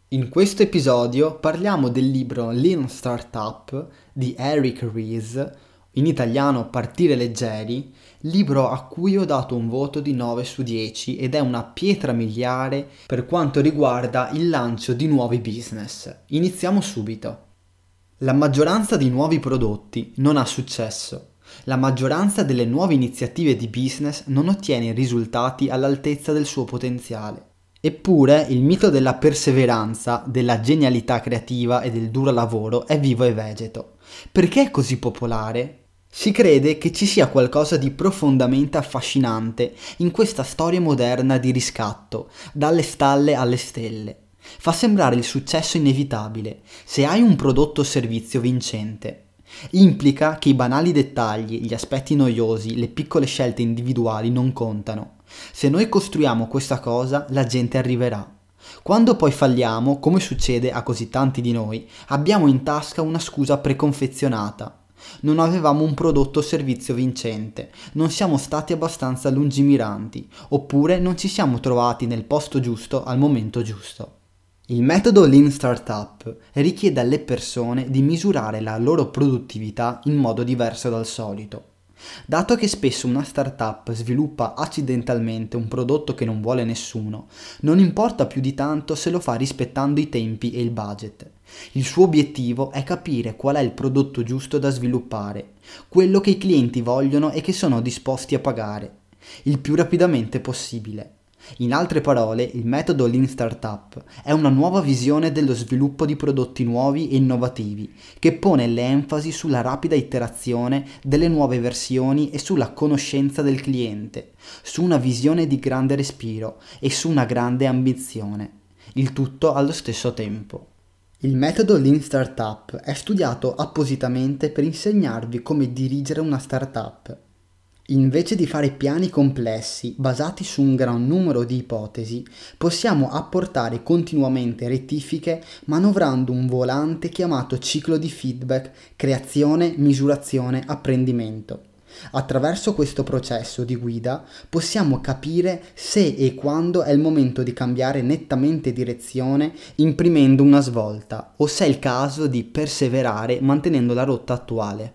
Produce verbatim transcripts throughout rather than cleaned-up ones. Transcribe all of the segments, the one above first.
In questo episodio parliamo del libro Lean Startup di Eric Ries, in italiano Partire leggeri, libro a cui ho dato un voto di nove su dieci ed è una pietra miliare per quanto riguarda il lancio di nuovi business. Iniziamo subito. La maggioranza di nuovi prodotti non ha successo. La maggioranza delle nuove iniziative di business non ottiene risultati all'altezza del suo potenziale. Eppure il mito della perseveranza, della genialità creativa e del duro lavoro è vivo e vegeto. Perché è così popolare? Si crede che ci sia qualcosa di profondamente affascinante in questa storia moderna di riscatto, dalle stalle alle stelle. Fa sembrare il successo inevitabile se hai un prodotto o servizio vincente. Implica che i banali dettagli, gli aspetti noiosi, le piccole scelte individuali non contano. Se noi costruiamo questa cosa, la gente arriverà. Quando poi falliamo, come succede a così tanti di noi, abbiamo in tasca una scusa preconfezionata. Non avevamo un prodotto o servizio vincente, non siamo stati abbastanza lungimiranti, oppure non ci siamo trovati nel posto giusto al momento giusto. Il metodo Lean Startup richiede alle persone di misurare la loro produttività in modo diverso dal solito. Dato che spesso una startup sviluppa accidentalmente un prodotto che non vuole nessuno, non importa più di tanto se lo fa rispettando i tempi e il budget. Il suo obiettivo è capire qual è il prodotto giusto da sviluppare, quello che i clienti vogliono e che sono disposti a pagare, il più rapidamente possibile. In altre parole, il metodo Lean Startup è una nuova visione dello sviluppo di prodotti nuovi e innovativi, che pone l'enfasi sulla rapida iterazione delle nuove versioni e sulla conoscenza del cliente, su una visione di grande respiro e su una grande ambizione, il tutto allo stesso tempo. Il metodo Lean Startup è studiato appositamente per insegnarvi come dirigere una startup. Invece di fare piani complessi basati su un gran numero di ipotesi, possiamo apportare continuamente rettifiche manovrando un volante chiamato ciclo di feedback, creazione, misurazione, apprendimento. Attraverso questo processo di guida possiamo capire se e quando è il momento di cambiare nettamente direzione imprimendo una svolta, o se è il caso di perseverare mantenendo la rotta attuale.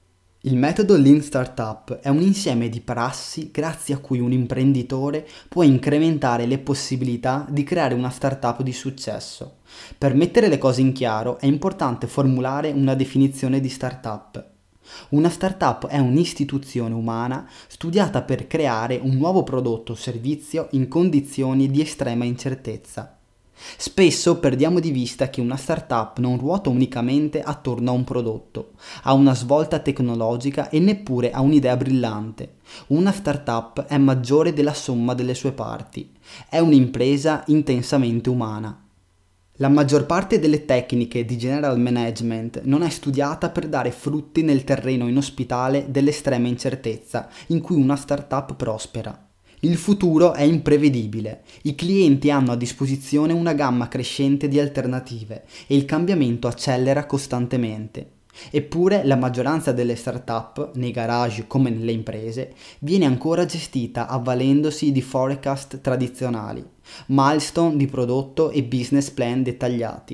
Il metodo Lean Startup è un insieme di prassi grazie a cui un imprenditore può incrementare le possibilità di creare una startup di successo. Per mettere le cose in chiaro è importante formulare una definizione di startup. Una startup è un'istituzione umana studiata per creare un nuovo prodotto o servizio in condizioni di estrema incertezza. Spesso perdiamo di vista che una startup non ruota unicamente attorno a un prodotto, a una svolta tecnologica e neppure a un'idea brillante. Una startup è maggiore della somma delle sue parti, è un'impresa intensamente umana. La maggior parte delle tecniche di general management non è studiata per dare frutti nel terreno inospitale dell'estrema incertezza in cui una startup prospera. Il futuro è imprevedibile, i clienti hanno a disposizione una gamma crescente di alternative e il cambiamento accelera costantemente. Eppure la maggioranza delle start-up, nei garage come nelle imprese, viene ancora gestita avvalendosi di forecast tradizionali, milestone di prodotto e business plan dettagliati.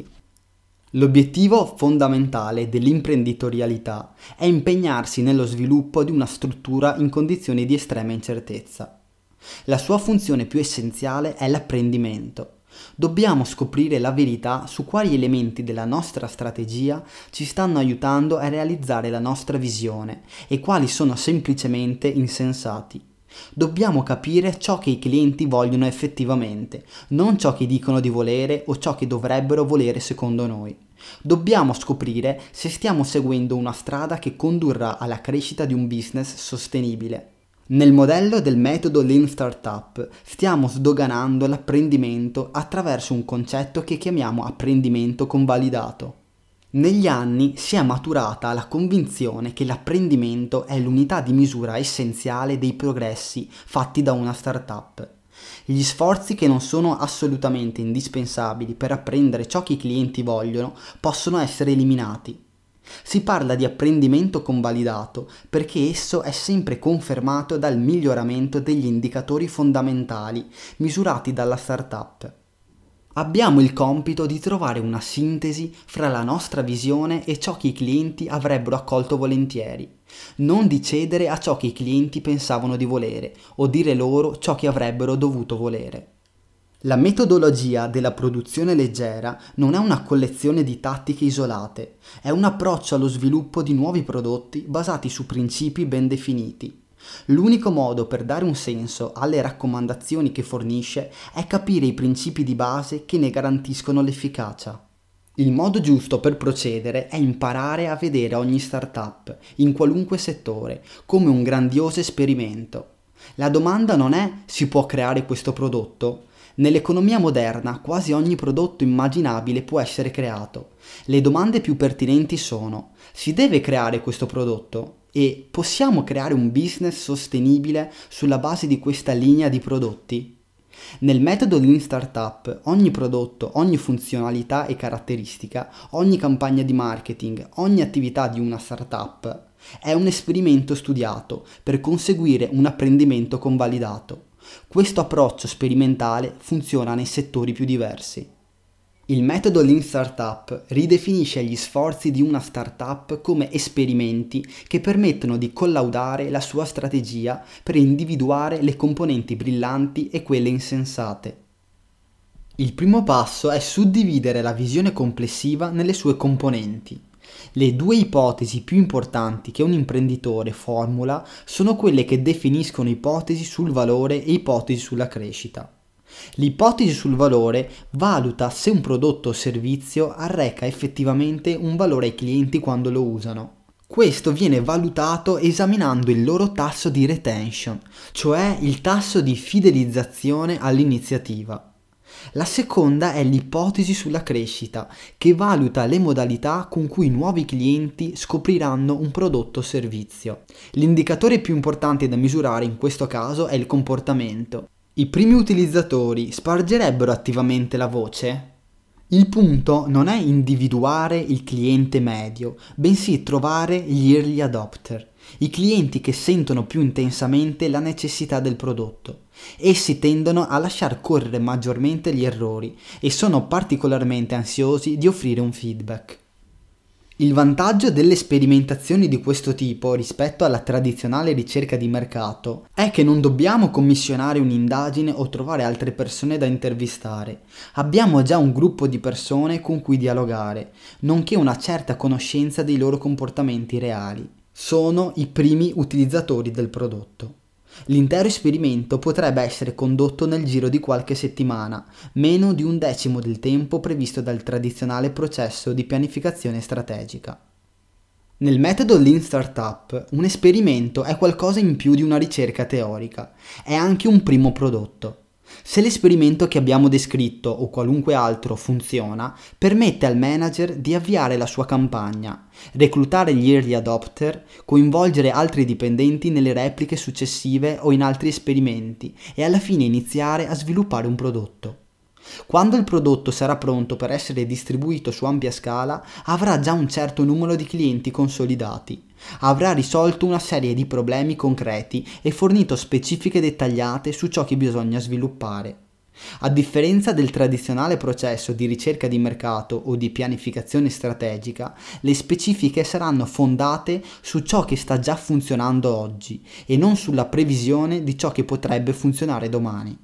L'obiettivo fondamentale dell'imprenditorialità è impegnarsi nello sviluppo di una struttura in condizioni di estrema incertezza. La sua funzione più essenziale è l'apprendimento. Dobbiamo scoprire la verità su quali elementi della nostra strategia ci stanno aiutando a realizzare la nostra visione e quali sono semplicemente insensati. Dobbiamo capire ciò che i clienti vogliono effettivamente, non ciò che dicono di volere o ciò che dovrebbero volere secondo noi. Dobbiamo scoprire se stiamo seguendo una strada che condurrà alla crescita di un business sostenibile. Nel modello del metodo Lean Startup stiamo sdoganando l'apprendimento attraverso un concetto che chiamiamo apprendimento convalidato. Negli anni si è maturata la convinzione che l'apprendimento è l'unità di misura essenziale dei progressi fatti da una startup. Gli sforzi che non sono assolutamente indispensabili per apprendere ciò che i clienti vogliono possono essere eliminati. Si parla di apprendimento convalidato perché esso è sempre confermato dal miglioramento degli indicatori fondamentali misurati dalla startup. Abbiamo il compito di trovare una sintesi fra la nostra visione e ciò che i clienti avrebbero accolto volentieri, non di cedere a ciò che i clienti pensavano di volere o dire loro ciò che avrebbero dovuto volere. La metodologia della produzione leggera non è una collezione di tattiche isolate, è un approccio allo sviluppo di nuovi prodotti basati su principi ben definiti. L'unico modo per dare un senso alle raccomandazioni che fornisce è capire i principi di base che ne garantiscono l'efficacia. Il modo giusto per procedere è imparare a vedere ogni startup, in qualunque settore, come un grandioso esperimento. La domanda non è: si può creare questo prodotto? Nell'economia moderna quasi ogni prodotto immaginabile può essere creato. Le domande più pertinenti sono: si deve creare questo prodotto? E possiamo creare un business sostenibile sulla base di questa linea di prodotti? Nel metodo Lean Startup ogni prodotto, ogni funzionalità e caratteristica, ogni campagna di marketing, ogni attività di una startup è un esperimento studiato per conseguire un apprendimento convalidato. Questo approccio sperimentale funziona nei settori più diversi. Il metodo Lean Startup ridefinisce gli sforzi di una startup come esperimenti che permettono di collaudare la sua strategia per individuare le componenti brillanti e quelle insensate. Il primo passo è suddividere la visione complessiva nelle sue componenti. Le due ipotesi più importanti che un imprenditore formula sono quelle che definiscono ipotesi sul valore e ipotesi sulla crescita. L'ipotesi sul valore valuta se un prodotto o servizio arreca effettivamente un valore ai clienti quando lo usano. Questo viene valutato esaminando il loro tasso di retention, cioè il tasso di fidelizzazione all'iniziativa. La seconda è l'ipotesi sulla crescita, che valuta le modalità con cui nuovi clienti scopriranno un prodotto o servizio. L'indicatore più importante da misurare in questo caso è il comportamento. I primi utilizzatori spargerebbero attivamente la voce? Il punto non è individuare il cliente medio, bensì trovare gli early adopter, i clienti che sentono più intensamente la necessità del prodotto. Essi tendono a lasciar correre maggiormente gli errori e sono particolarmente ansiosi di offrire un feedback. Il vantaggio delle sperimentazioni di questo tipo rispetto alla tradizionale ricerca di mercato è che non dobbiamo commissionare un'indagine o trovare altre persone da intervistare. Abbiamo già un gruppo di persone con cui dialogare, nonché una certa conoscenza dei loro comportamenti reali. Sono i primi utilizzatori del prodotto. L'intero esperimento potrebbe essere condotto nel giro di qualche settimana, meno di un decimo del tempo previsto dal tradizionale processo di pianificazione strategica. Nel metodo Lean Startup, un esperimento è qualcosa in più di una ricerca teorica, è anche un primo prodotto. Se l'esperimento che abbiamo descritto o qualunque altro funziona, permette al manager di avviare la sua campagna, reclutare gli early adopter, coinvolgere altri dipendenti nelle repliche successive o in altri esperimenti e alla fine iniziare a sviluppare un prodotto. Quando il prodotto sarà pronto per essere distribuito su ampia scala, avrà già un certo numero di clienti consolidati. Avrà risolto una serie di problemi concreti e fornito specifiche dettagliate su ciò che bisogna sviluppare. A differenza del tradizionale processo di ricerca di mercato o di pianificazione strategica, le specifiche saranno fondate su ciò che sta già funzionando oggi e non sulla previsione di ciò che potrebbe funzionare domani.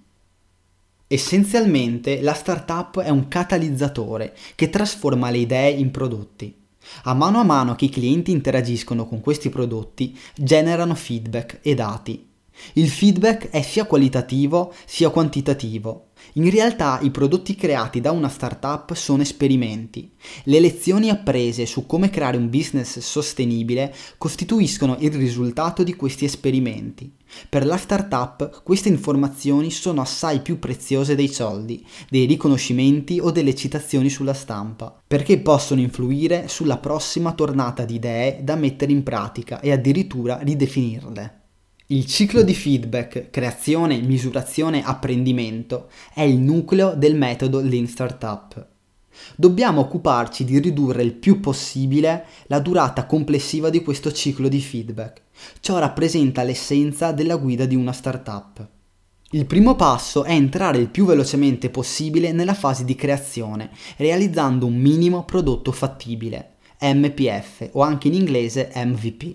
Essenzialmente la startup è un catalizzatore che trasforma le idee in prodotti. A mano a mano che i clienti interagiscono con questi prodotti, generano feedback e dati. Il feedback è sia qualitativo sia quantitativo. In realtà i prodotti creati da una startup sono esperimenti. Le lezioni apprese su come creare un business sostenibile costituiscono il risultato di questi esperimenti. Per la startup queste informazioni sono assai più preziose dei soldi, dei riconoscimenti o delle citazioni sulla stampa, perché possono influire sulla prossima tornata di idee da mettere in pratica e addirittura ridefinirle. Il ciclo di feedback, creazione, misurazione, apprendimento è il nucleo del metodo Lean Startup. Dobbiamo occuparci di ridurre il più possibile la durata complessiva di questo ciclo di feedback. Ciò rappresenta l'essenza della guida di una startup. Il primo passo è entrare il più velocemente possibile nella fase di creazione, realizzando un minimo prodotto fattibile, M P F o anche in inglese M V P.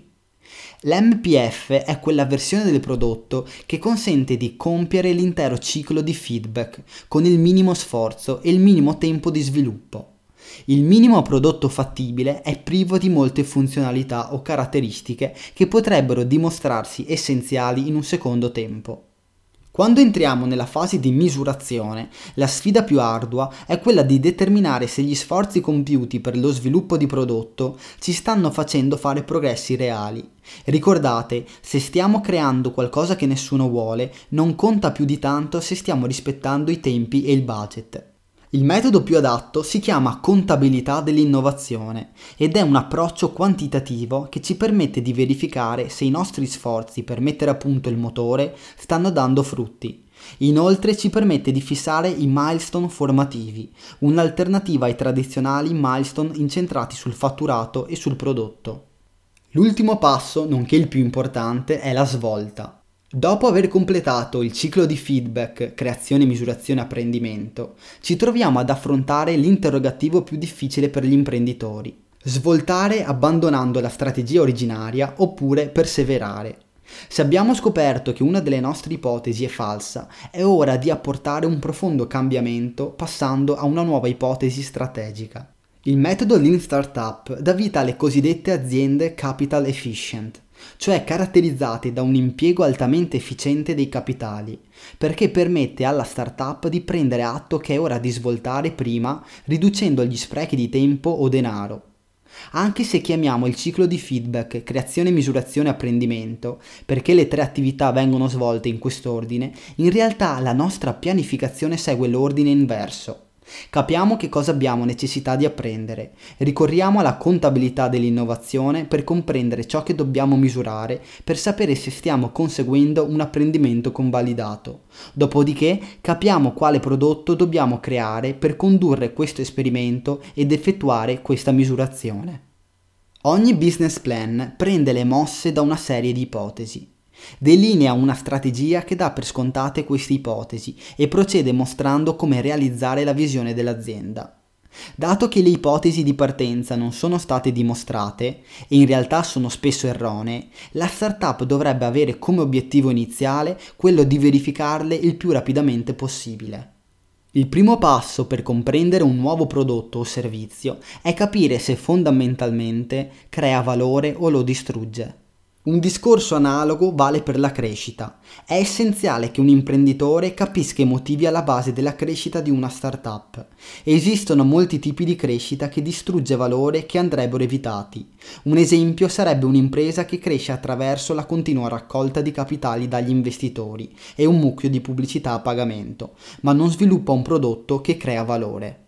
L'M P F è quella versione del prodotto che consente di compiere l'intero ciclo di feedback con il minimo sforzo e il minimo tempo di sviluppo. Il minimo prodotto fattibile è privo di molte funzionalità o caratteristiche che potrebbero dimostrarsi essenziali in un secondo tempo. Quando entriamo nella fase di misurazione, la sfida più ardua è quella di determinare se gli sforzi compiuti per lo sviluppo di prodotto ci stanno facendo fare progressi reali. Ricordate, se stiamo creando qualcosa che nessuno vuole, non conta più di tanto se stiamo rispettando i tempi e il budget. Il metodo più adatto si chiama contabilità dell'innovazione ed è un approccio quantitativo che ci permette di verificare se i nostri sforzi per mettere a punto il motore stanno dando frutti. Inoltre ci permette di fissare i milestone formativi, un'alternativa ai tradizionali milestone incentrati sul fatturato e sul prodotto. L'ultimo passo, nonché il più importante, è la svolta. Dopo aver completato il ciclo di feedback, creazione, misurazione, apprendimento, ci troviamo ad affrontare l'interrogativo più difficile per gli imprenditori: svoltare abbandonando la strategia originaria oppure perseverare. Se abbiamo scoperto che una delle nostre ipotesi è falsa, è ora di apportare un profondo cambiamento passando a una nuova ipotesi strategica. Il metodo Lean Startup dà vita alle cosiddette aziende capital efficient, cioè caratterizzate da un impiego altamente efficiente dei capitali, perché permette alla startup di prendere atto che è ora di svoltare prima, riducendo gli sprechi di tempo o denaro. Anche se chiamiamo il ciclo di feedback creazione, misurazione, apprendimento, perché le tre attività vengono svolte in quest'ordine, in realtà la nostra pianificazione segue l'ordine inverso. Capiamo che cosa abbiamo necessità di apprendere, ricorriamo alla contabilità dell'innovazione per comprendere ciò che dobbiamo misurare, per sapere se stiamo conseguendo un apprendimento convalidato. Dopodiché capiamo quale prodotto dobbiamo creare per condurre questo esperimento ed effettuare questa misurazione. Ogni business plan prende le mosse da una serie di ipotesi. Delinea una strategia che dà per scontate queste ipotesi e procede mostrando come realizzare la visione dell'azienda. Dato che le ipotesi di partenza non sono state dimostrate e in realtà sono spesso erronee, la startup dovrebbe avere come obiettivo iniziale quello di verificarle il più rapidamente possibile. Il primo passo per comprendere un nuovo prodotto o servizio è capire se fondamentalmente crea valore o lo distrugge. Un discorso analogo vale per la crescita. È essenziale che un imprenditore capisca i motivi alla base della crescita di una startup. Esistono molti tipi di crescita che distrugge valore che andrebbero evitati. Un esempio sarebbe un'impresa che cresce attraverso la continua raccolta di capitali dagli investitori e un mucchio di pubblicità a pagamento, ma non sviluppa un prodotto che crea valore.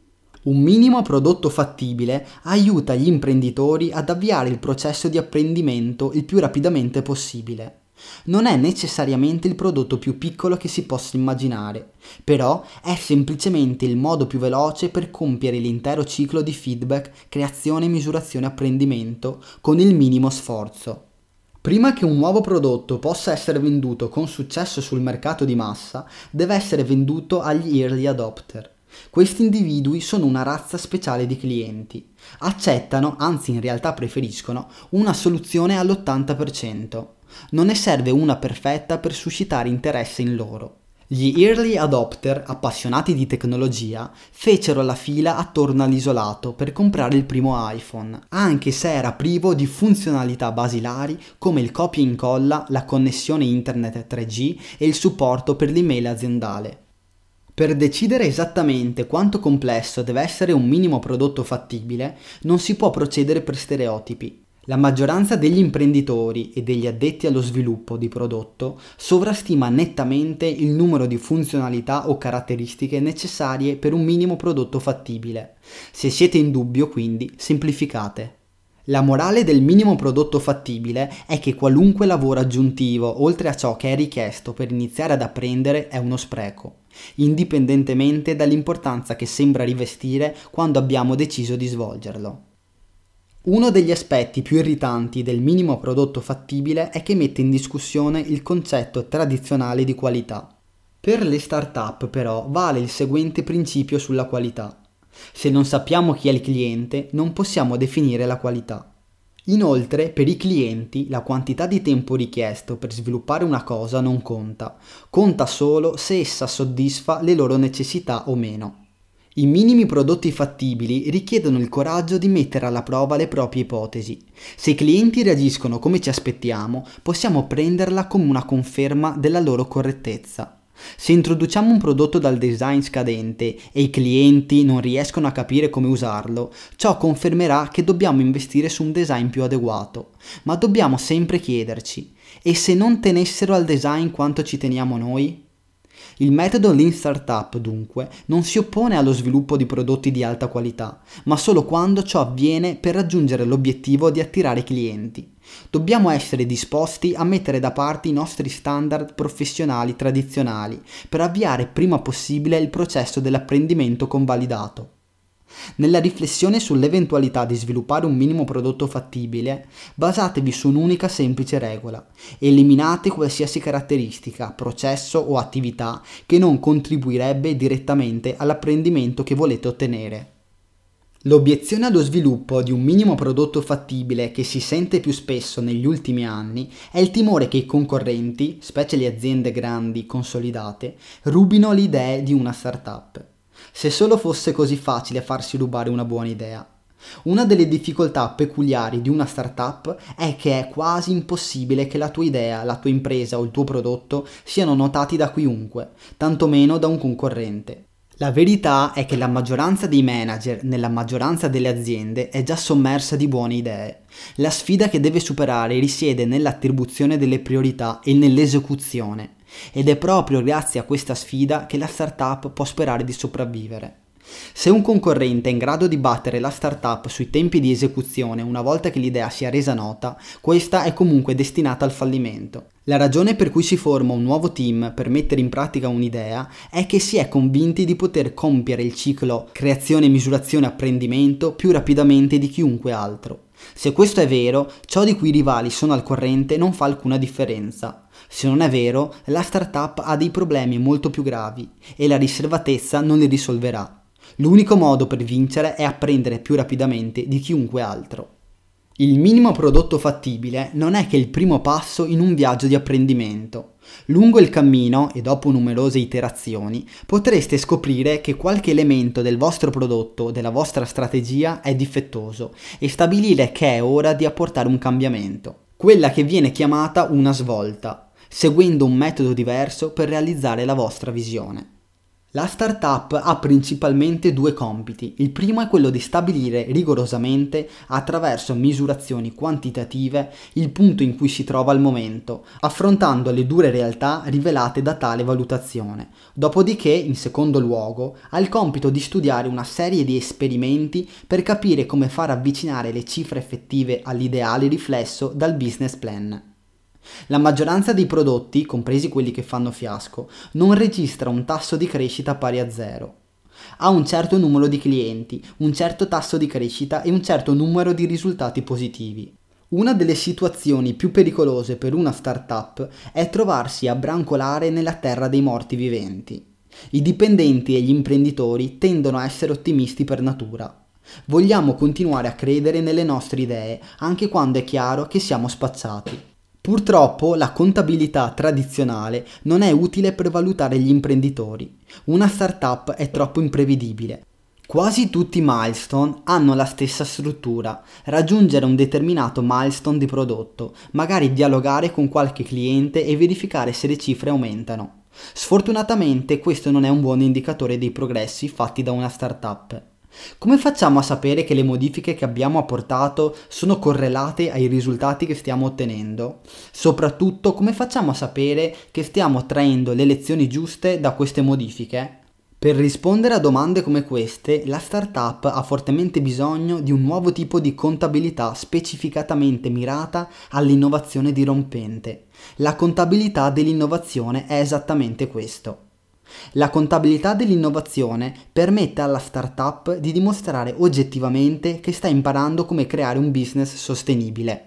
Un minimo prodotto fattibile aiuta gli imprenditori ad avviare il processo di apprendimento il più rapidamente possibile. Non è necessariamente il prodotto più piccolo che si possa immaginare, però è semplicemente il modo più veloce per compiere l'intero ciclo di feedback, creazione, misurazione, apprendimento con il minimo sforzo. Prima che un nuovo prodotto possa essere venduto con successo sul mercato di massa, deve essere venduto agli early adopter. Questi individui sono una razza speciale di clienti. Accettano, anzi in realtà preferiscono, una soluzione all'ottanta per cento. Non ne serve una perfetta per suscitare interesse in loro. Gli early adopter, appassionati di tecnologia, fecero la fila attorno all'isolato per comprare il primo iPhone, anche se era privo di funzionalità basilari come il copia e incolla, la connessione internet tre G e il supporto per l'email aziendale. Per decidere esattamente quanto complesso deve essere un minimo prodotto fattibile, non si può procedere per stereotipi. La maggioranza degli imprenditori e degli addetti allo sviluppo di prodotto sovrastima nettamente il numero di funzionalità o caratteristiche necessarie per un minimo prodotto fattibile. Se siete in dubbio, quindi, semplificate. La morale del minimo prodotto fattibile è che qualunque lavoro aggiuntivo, oltre a ciò che è richiesto per iniziare ad apprendere, è uno spreco, indipendentemente dall'importanza che sembra rivestire quando abbiamo deciso di svolgerlo. Uno degli aspetti più irritanti del minimo prodotto fattibile è che mette in discussione il concetto tradizionale di qualità. Per le start-up però vale il seguente principio sulla qualità. Se non sappiamo chi è il cliente, non possiamo definire la qualità. Inoltre, per i clienti, la quantità di tempo richiesto per sviluppare una cosa non conta, conta solo se essa soddisfa le loro necessità o meno. I minimi prodotti fattibili richiedono il coraggio di mettere alla prova le proprie ipotesi. Se i clienti reagiscono come ci aspettiamo, possiamo prenderla come una conferma della loro correttezza. Se introduciamo un prodotto dal design scadente e i clienti non riescono a capire come usarlo, ciò confermerà che dobbiamo investire su un design più adeguato. Ma dobbiamo sempre chiederci: e se non tenessero al design quanto ci teniamo noi? Il metodo Lean Startup, dunque, non si oppone allo sviluppo di prodotti di alta qualità, ma solo quando ciò avviene per raggiungere l'obiettivo di attirare clienti. Dobbiamo essere disposti a mettere da parte i nostri standard professionali tradizionali per avviare prima possibile il processo dell'apprendimento convalidato. Nella riflessione sull'eventualità di sviluppare un minimo prodotto fattibile, basatevi su un'unica semplice regola: eliminate qualsiasi caratteristica, processo o attività che non contribuirebbe direttamente all'apprendimento che volete ottenere. L'obiezione allo sviluppo di un minimo prodotto fattibile che si sente più spesso negli ultimi anni è il timore che i concorrenti, specie le aziende grandi consolidate, rubino le idee di una startup. Se solo fosse così facile farsi rubare una buona idea. Una delle difficoltà peculiari di una startup è che è quasi impossibile che la tua idea, la tua impresa o il tuo prodotto siano notati da chiunque, tantomeno da un concorrente. La verità è che la maggioranza dei manager nella maggioranza delle aziende è già sommersa di buone idee. La sfida che deve superare risiede nell'attribuzione delle priorità e nell'esecuzione, ed è proprio grazie a questa sfida che la startup può sperare di sopravvivere. Se un concorrente è in grado di battere la startup sui tempi di esecuzione una volta che l'idea sia resa nota, questa è comunque destinata al fallimento. La ragione per cui si forma un nuovo team per mettere in pratica un'idea è che si è convinti di poter compiere il ciclo creazione, misurazione, apprendimento più rapidamente di chiunque altro. Se questo è vero, ciò di cui i rivali sono al corrente non fa alcuna differenza. Se non è vero, la startup ha dei problemi molto più gravi e la riservatezza non li risolverà. L'unico modo per vincere è apprendere più rapidamente di chiunque altro. Il minimo prodotto fattibile non è che il primo passo in un viaggio di apprendimento. Lungo il cammino e dopo numerose iterazioni potreste scoprire che qualche elemento del vostro prodotto o della vostra strategia è difettoso e stabilire che è ora di apportare un cambiamento, quella che viene chiamata una svolta, seguendo un metodo diverso per realizzare la vostra visione. La startup ha principalmente due compiti. Il primo è quello di stabilire rigorosamente, attraverso misurazioni quantitative, il punto in cui si trova al momento, affrontando le dure realtà rivelate da tale valutazione. Dopodiché, in secondo luogo, ha il compito di studiare una serie di esperimenti per capire come far avvicinare le cifre effettive all'ideale riflesso dal business plan. La maggioranza dei prodotti, compresi quelli che fanno fiasco, non registra un tasso di crescita pari a zero. Ha un certo numero di clienti, un certo tasso di crescita e un certo numero di risultati positivi. Una delle situazioni più pericolose per una startup è trovarsi a brancolare nella terra dei morti viventi. I dipendenti e gli imprenditori tendono a essere ottimisti per natura. Vogliamo continuare a credere nelle nostre idee anche quando è chiaro che siamo spacciati. Purtroppo la contabilità tradizionale non è utile per valutare gli imprenditori. Una startup è troppo imprevedibile. Quasi tutti i milestone hanno la stessa struttura: raggiungere un determinato milestone di prodotto, magari dialogare con qualche cliente e verificare se le cifre aumentano. Sfortunatamente questo non è un buon indicatore dei progressi fatti da una startup. Come facciamo a sapere che le modifiche che abbiamo apportato sono correlate ai risultati che stiamo ottenendo? Soprattutto, come facciamo a sapere che stiamo traendo le lezioni giuste da queste modifiche? Per rispondere a domande come queste, la startup ha fortemente bisogno di un nuovo tipo di contabilità specificatamente mirata all'innovazione dirompente. La contabilità dell'innovazione è esattamente questo. La contabilità dell'innovazione permette alla startup di dimostrare oggettivamente che sta imparando come creare un business sostenibile.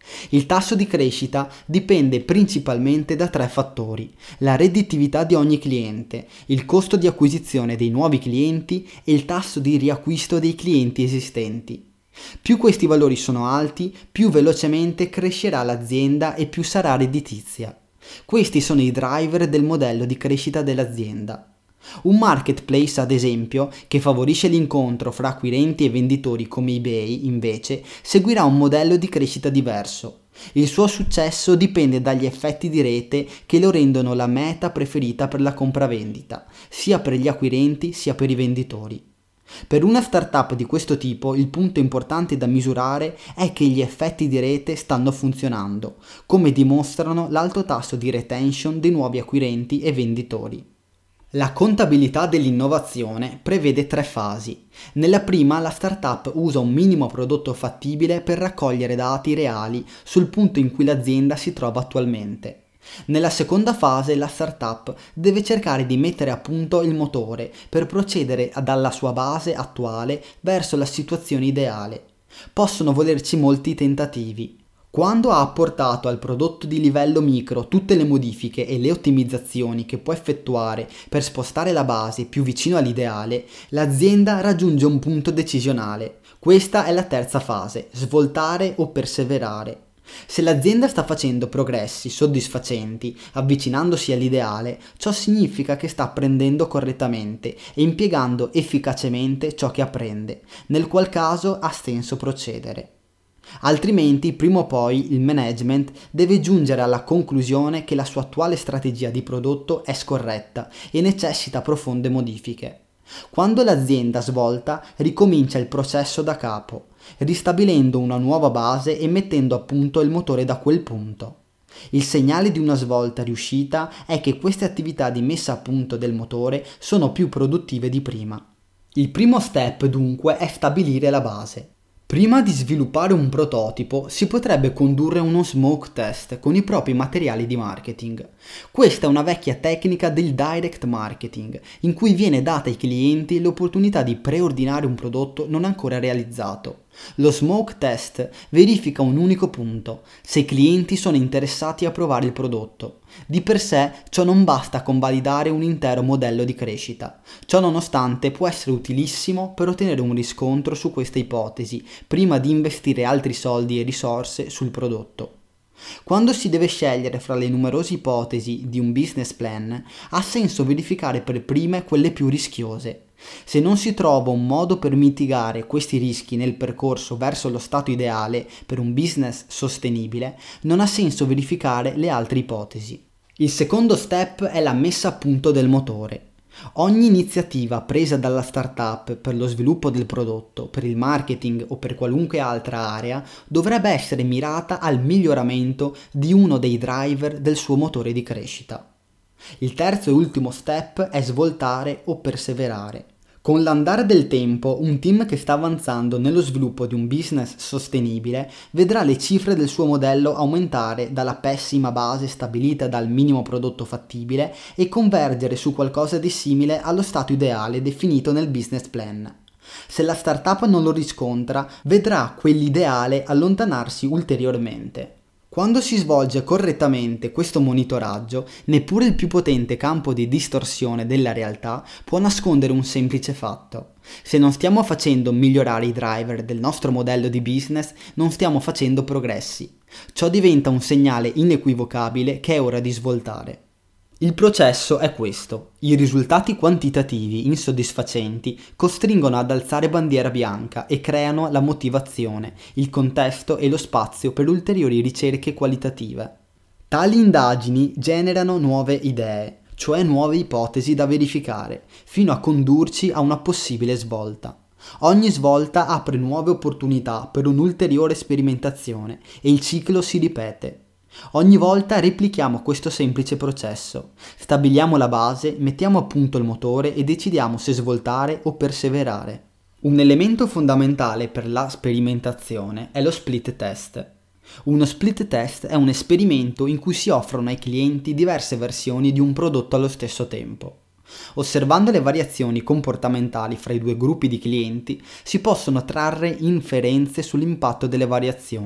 Il tasso di crescita dipende principalmente da tre fattori: la redditività di ogni cliente, il costo di acquisizione dei nuovi clienti e il tasso di riacquisto dei clienti esistenti. Più questi valori sono alti, più velocemente crescerà l'azienda e più sarà redditizia. Questi sono i driver del modello di crescita dell'azienda. Un marketplace, ad esempio, che favorisce l'incontro fra acquirenti e venditori come eBay, invece, seguirà un modello di crescita diverso. Il suo successo dipende dagli effetti di rete che lo rendono la meta preferita per la compravendita, sia per gli acquirenti sia per i venditori. Per una startup di questo tipo il punto importante da misurare è che gli effetti di rete stanno funzionando, come dimostrano l'alto tasso di retention dei nuovi acquirenti e venditori. La contabilità dell'innovazione prevede tre fasi. Nella prima, la startup usa un minimo prodotto fattibile per raccogliere dati reali sul punto in cui l'azienda si trova attualmente. Nella seconda fase, la startup deve cercare di mettere a punto il motore per procedere dalla sua base attuale verso la situazione ideale. Possono volerci molti tentativi. Quando ha apportato al prodotto di livello micro tutte le modifiche e le ottimizzazioni che può effettuare per spostare la base più vicino all'ideale, l'azienda raggiunge un punto decisionale. Questa è la terza fase: svoltare o perseverare. Se l'azienda sta facendo progressi soddisfacenti, avvicinandosi all'ideale, ciò significa che sta apprendendo correttamente e impiegando efficacemente ciò che apprende, nel qual caso ha senso procedere. Altrimenti, prima o poi, il management deve giungere alla conclusione che la sua attuale strategia di prodotto è scorretta e necessita profonde modifiche. Quando l'azienda svolta, ricomincia il processo da capo, ristabilendo una nuova base e mettendo a punto il motore da quel punto. Il segnale di una svolta riuscita è che queste attività di messa a punto del motore sono più produttive di prima. Il primo step, dunque, è stabilire la base. Prima di sviluppare un prototipo si potrebbe condurre uno smoke test con i propri materiali di marketing. Questa è una vecchia tecnica del direct marketing, in cui viene data ai clienti l'opportunità di preordinare un prodotto non ancora realizzato. Lo smoke test verifica un unico punto: se i clienti sono interessati a provare il prodotto. Di per sé ciò non basta a convalidare un intero modello di crescita. Ciò nonostante può essere utilissimo per ottenere un riscontro su questa ipotesi prima di investire altri soldi e risorse sul prodotto. Quando si deve scegliere fra le numerose ipotesi di un business plan, ha senso verificare per prime quelle più rischiose. Se non si trova un modo per mitigare questi rischi nel percorso verso lo stato ideale per un business sostenibile, non ha senso verificare le altre ipotesi. Il secondo step è la messa a punto del motore. Ogni iniziativa presa dalla startup per lo sviluppo del prodotto, per il marketing o per qualunque altra area dovrebbe essere mirata al miglioramento di uno dei driver del suo motore di crescita. Il terzo e ultimo step è svoltare o perseverare. Con l'andare del tempo, un team che sta avanzando nello sviluppo di un business sostenibile vedrà le cifre del suo modello aumentare dalla pessima base stabilita dal minimo prodotto fattibile e convergere su qualcosa di simile allo stato ideale definito nel business plan. Se la startup non lo riscontra, vedrà quell'ideale allontanarsi ulteriormente. Quando si svolge correttamente questo monitoraggio, neppure il più potente campo di distorsione della realtà può nascondere un semplice fatto: se non stiamo facendo migliorare i driver del nostro modello di business, non stiamo facendo progressi. Ciò diventa un segnale inequivocabile che è ora di svoltare. Il processo è questo: i risultati quantitativi insoddisfacenti costringono ad alzare bandiera bianca e creano la motivazione, il contesto e lo spazio per ulteriori ricerche qualitative. Tali indagini generano nuove idee, cioè nuove ipotesi da verificare, fino a condurci a una possibile svolta. Ogni svolta apre nuove opportunità per un'ulteriore sperimentazione e il ciclo si ripete. Ogni volta replichiamo questo semplice processo, stabiliamo la base, mettiamo a punto il motore e decidiamo se svoltare o perseverare. Un elemento fondamentale per la sperimentazione è lo split test. Uno split test è un esperimento in cui si offrono ai clienti diverse versioni di un prodotto allo stesso tempo. Osservando le variazioni comportamentali fra i due gruppi di clienti, si possono trarre inferenze sull'impatto delle variazioni.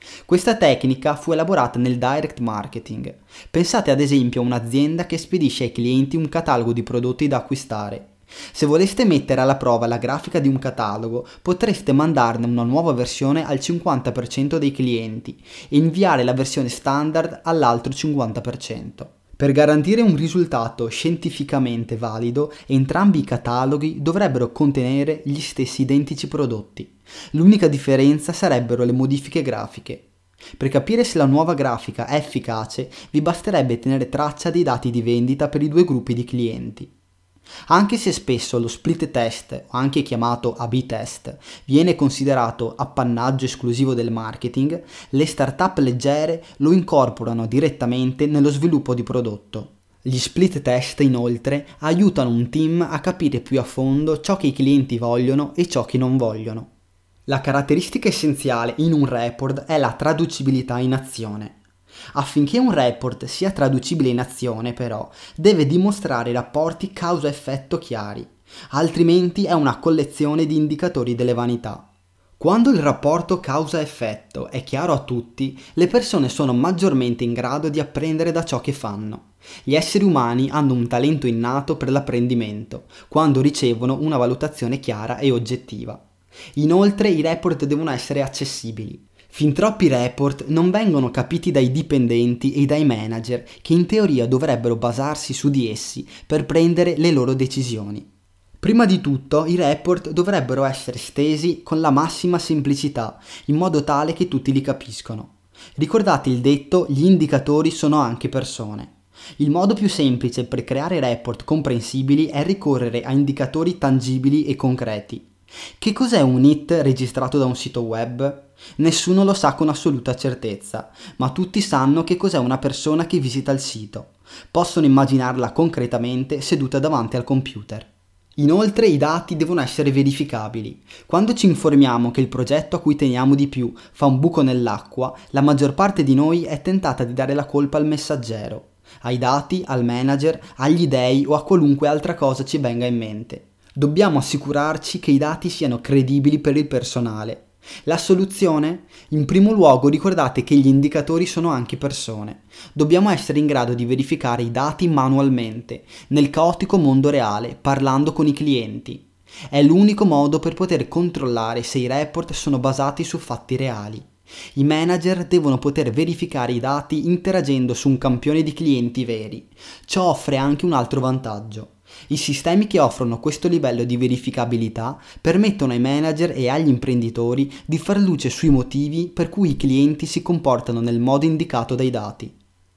Questa tecnica fu elaborata nel direct marketing. Pensate ad esempio a un'azienda che spedisce ai clienti un catalogo di prodotti da acquistare. Se voleste mettere alla prova la grafica di un catalogo, potreste mandarne una nuova versione al cinquanta per cento dei clienti e inviare la versione standard all'altro cinquanta per cento. Per garantire un risultato scientificamente valido, entrambi i cataloghi dovrebbero contenere gli stessi identici prodotti. L'unica differenza sarebbero le modifiche grafiche. Per capire se la nuova grafica è efficace, vi basterebbe tenere traccia dei dati di vendita per i due gruppi di clienti. Anche se spesso lo split test, anche chiamato A B test, viene considerato appannaggio esclusivo del marketing, le start-up leggere lo incorporano direttamente nello sviluppo di prodotto. Gli split test, inoltre, aiutano un team a capire più a fondo ciò che i clienti vogliono e ciò che non vogliono. La caratteristica essenziale in un report è la traducibilità in azione. Affinché un report sia traducibile in azione, però, deve dimostrare rapporti causa-effetto chiari, altrimenti è una collezione di indicatori delle vanità. Quando il rapporto causa-effetto è chiaro a tutti, le persone sono maggiormente in grado di apprendere da ciò che fanno. Gli esseri umani hanno un talento innato per l'apprendimento, quando ricevono una valutazione chiara e oggettiva. Inoltre i report devono essere accessibili. Fin troppi report non vengono capiti dai dipendenti e dai manager che in teoria dovrebbero basarsi su di essi per prendere le loro decisioni. Prima di tutto i report dovrebbero essere stesi con la massima semplicità, in modo tale che tutti li capiscono. Ricordate il detto "gli indicatori sono anche persone". Il modo più semplice per creare report comprensibili è ricorrere a indicatori tangibili e concreti. Che cos'è un hit registrato da un sito web? Nessuno lo sa con assoluta certezza, ma tutti sanno che cos'è una persona che visita il sito. Possono immaginarla concretamente seduta davanti al computer. Inoltre i dati devono essere verificabili. Quando ci informiamo che il progetto a cui teniamo di più fa un buco nell'acqua, la maggior parte di noi è tentata di dare la colpa al messaggero, ai dati, al manager, agli dei o a qualunque altra cosa ci venga in mente. Dobbiamo assicurarci che i dati siano credibili per il personale. La soluzione? In primo luogo ricordate che gli indicatori sono anche persone. Dobbiamo essere in grado di verificare i dati manualmente, nel caotico mondo reale, parlando con i clienti. È l'unico modo per poter controllare se i report sono basati su fatti reali. I manager devono poter verificare i dati interagendo su un campione di clienti veri. Ciò offre anche un altro vantaggio. I sistemi che offrono questo livello di verificabilità permettono ai manager e agli imprenditori di far luce sui motivi per cui i clienti si comportano nel modo indicato dai dati.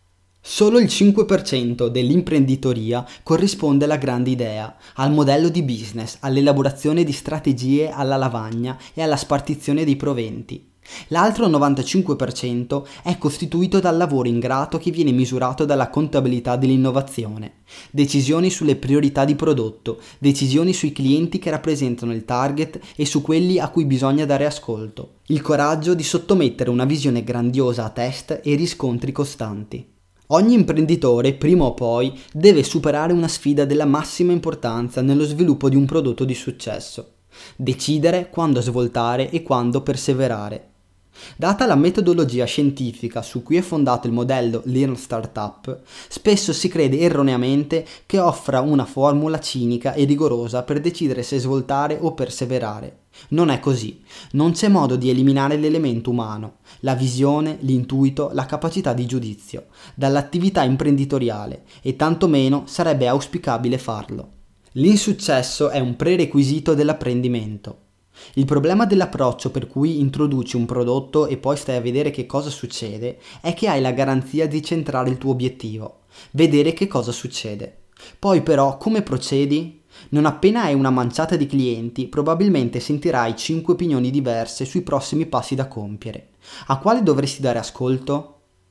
Solo il cinque per cento dell'imprenditoria corrisponde alla grande idea, al modello di business, all'elaborazione di strategie alla lavagna e alla spartizione dei proventi. L'altro novantacinque per cento è costituito dal lavoro ingrato che viene misurato dalla contabilità dell'innovazione, decisioni sulle priorità di prodotto, decisioni sui clienti che rappresentano il target e su quelli a cui bisogna dare ascolto, il coraggio di sottomettere una visione grandiosa a test e riscontri costanti. Ogni imprenditore, prima o poi, deve superare una sfida della massima importanza nello sviluppo di un prodotto di successo. Decidere quando svoltare e quando perseverare. Data la metodologia scientifica su cui è fondato il modello Lean Startup, spesso si crede erroneamente che offra una formula cinica e rigorosa per decidere se svoltare o perseverare. Non è così. Non c'è modo di eliminare l'elemento umano, la visione, l'intuito, la capacità di giudizio, dall'attività imprenditoriale e tantomeno sarebbe auspicabile farlo. L'insuccesso è un prerequisito dell'apprendimento. Il problema dell'approccio per cui introduci un prodotto e poi stai a vedere che cosa succede è che hai la garanzia di centrare il tuo obiettivo, vedere che cosa succede. Poi però come procedi? Non appena hai una manciata di clienti, probabilmente sentirai cinque opinioni diverse sui prossimi passi da compiere. A quale dovresti dare ascolto?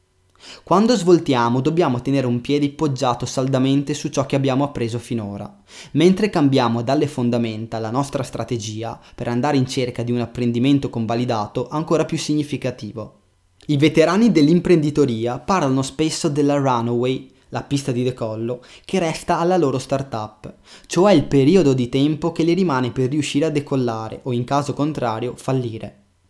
Quando svoltiamo dobbiamo tenere un piede poggiato saldamente su ciò che abbiamo appreso finora, mentre cambiamo dalle fondamenta la nostra strategia per andare in cerca di un apprendimento convalidato ancora più significativo. I veterani dell'imprenditoria parlano spesso della runaway, la pista di decollo, che resta alla loro startup, cioè il periodo di tempo che le rimane per riuscire a decollare o in caso contrario fallire.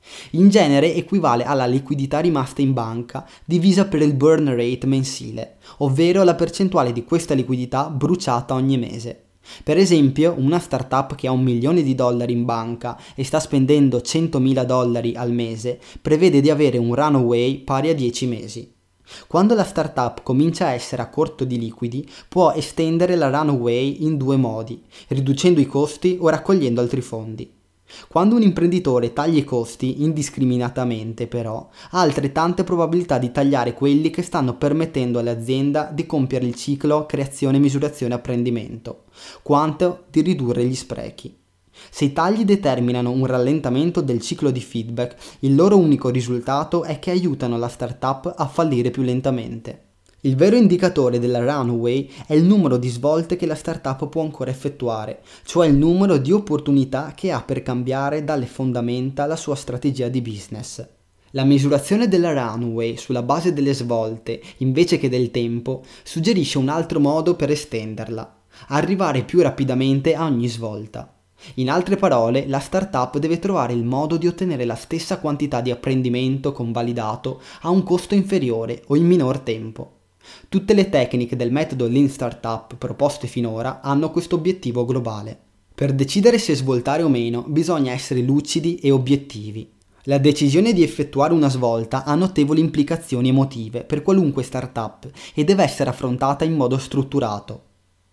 In genere equivale alla liquidità rimasta in banca divisa per il burn rate mensile, ovvero la percentuale di questa liquidità bruciata ogni mese. Per esempio, una startup che ha un milione di dollari in banca e sta spendendo centomila dollari al mese prevede di avere un runway pari a dieci mesi. Quando la startup comincia a essere a corto di liquidi, può estendere la runway in due modi, riducendo i costi o raccogliendo altri fondi. Quando un imprenditore taglia i costi indiscriminatamente, però, ha altrettante probabilità di tagliare quelli che stanno permettendo all'azienda di compiere il ciclo creazione, misurazione, apprendimento, quanto di ridurre gli sprechi. Se i tagli determinano un rallentamento del ciclo di feedback, il loro unico risultato è che aiutano la startup a fallire più lentamente. Il vero indicatore della runway è il numero di svolte che la startup può ancora effettuare, cioè il numero di opportunità che ha per cambiare dalle fondamenta la sua strategia di business. La misurazione della runway sulla base delle svolte, invece che del tempo, suggerisce un altro modo per estenderla: arrivare più rapidamente a ogni svolta. In altre parole, la startup deve trovare il modo di ottenere la stessa quantità di apprendimento convalidato a un costo inferiore o in minor tempo. Tutte le tecniche del metodo Lean Startup proposte finora hanno questo obiettivo globale. Per decidere se svoltare o meno bisogna essere lucidi e obiettivi. La decisione di effettuare una svolta ha notevoli implicazioni emotive per qualunque startup e deve essere affrontata in modo strutturato.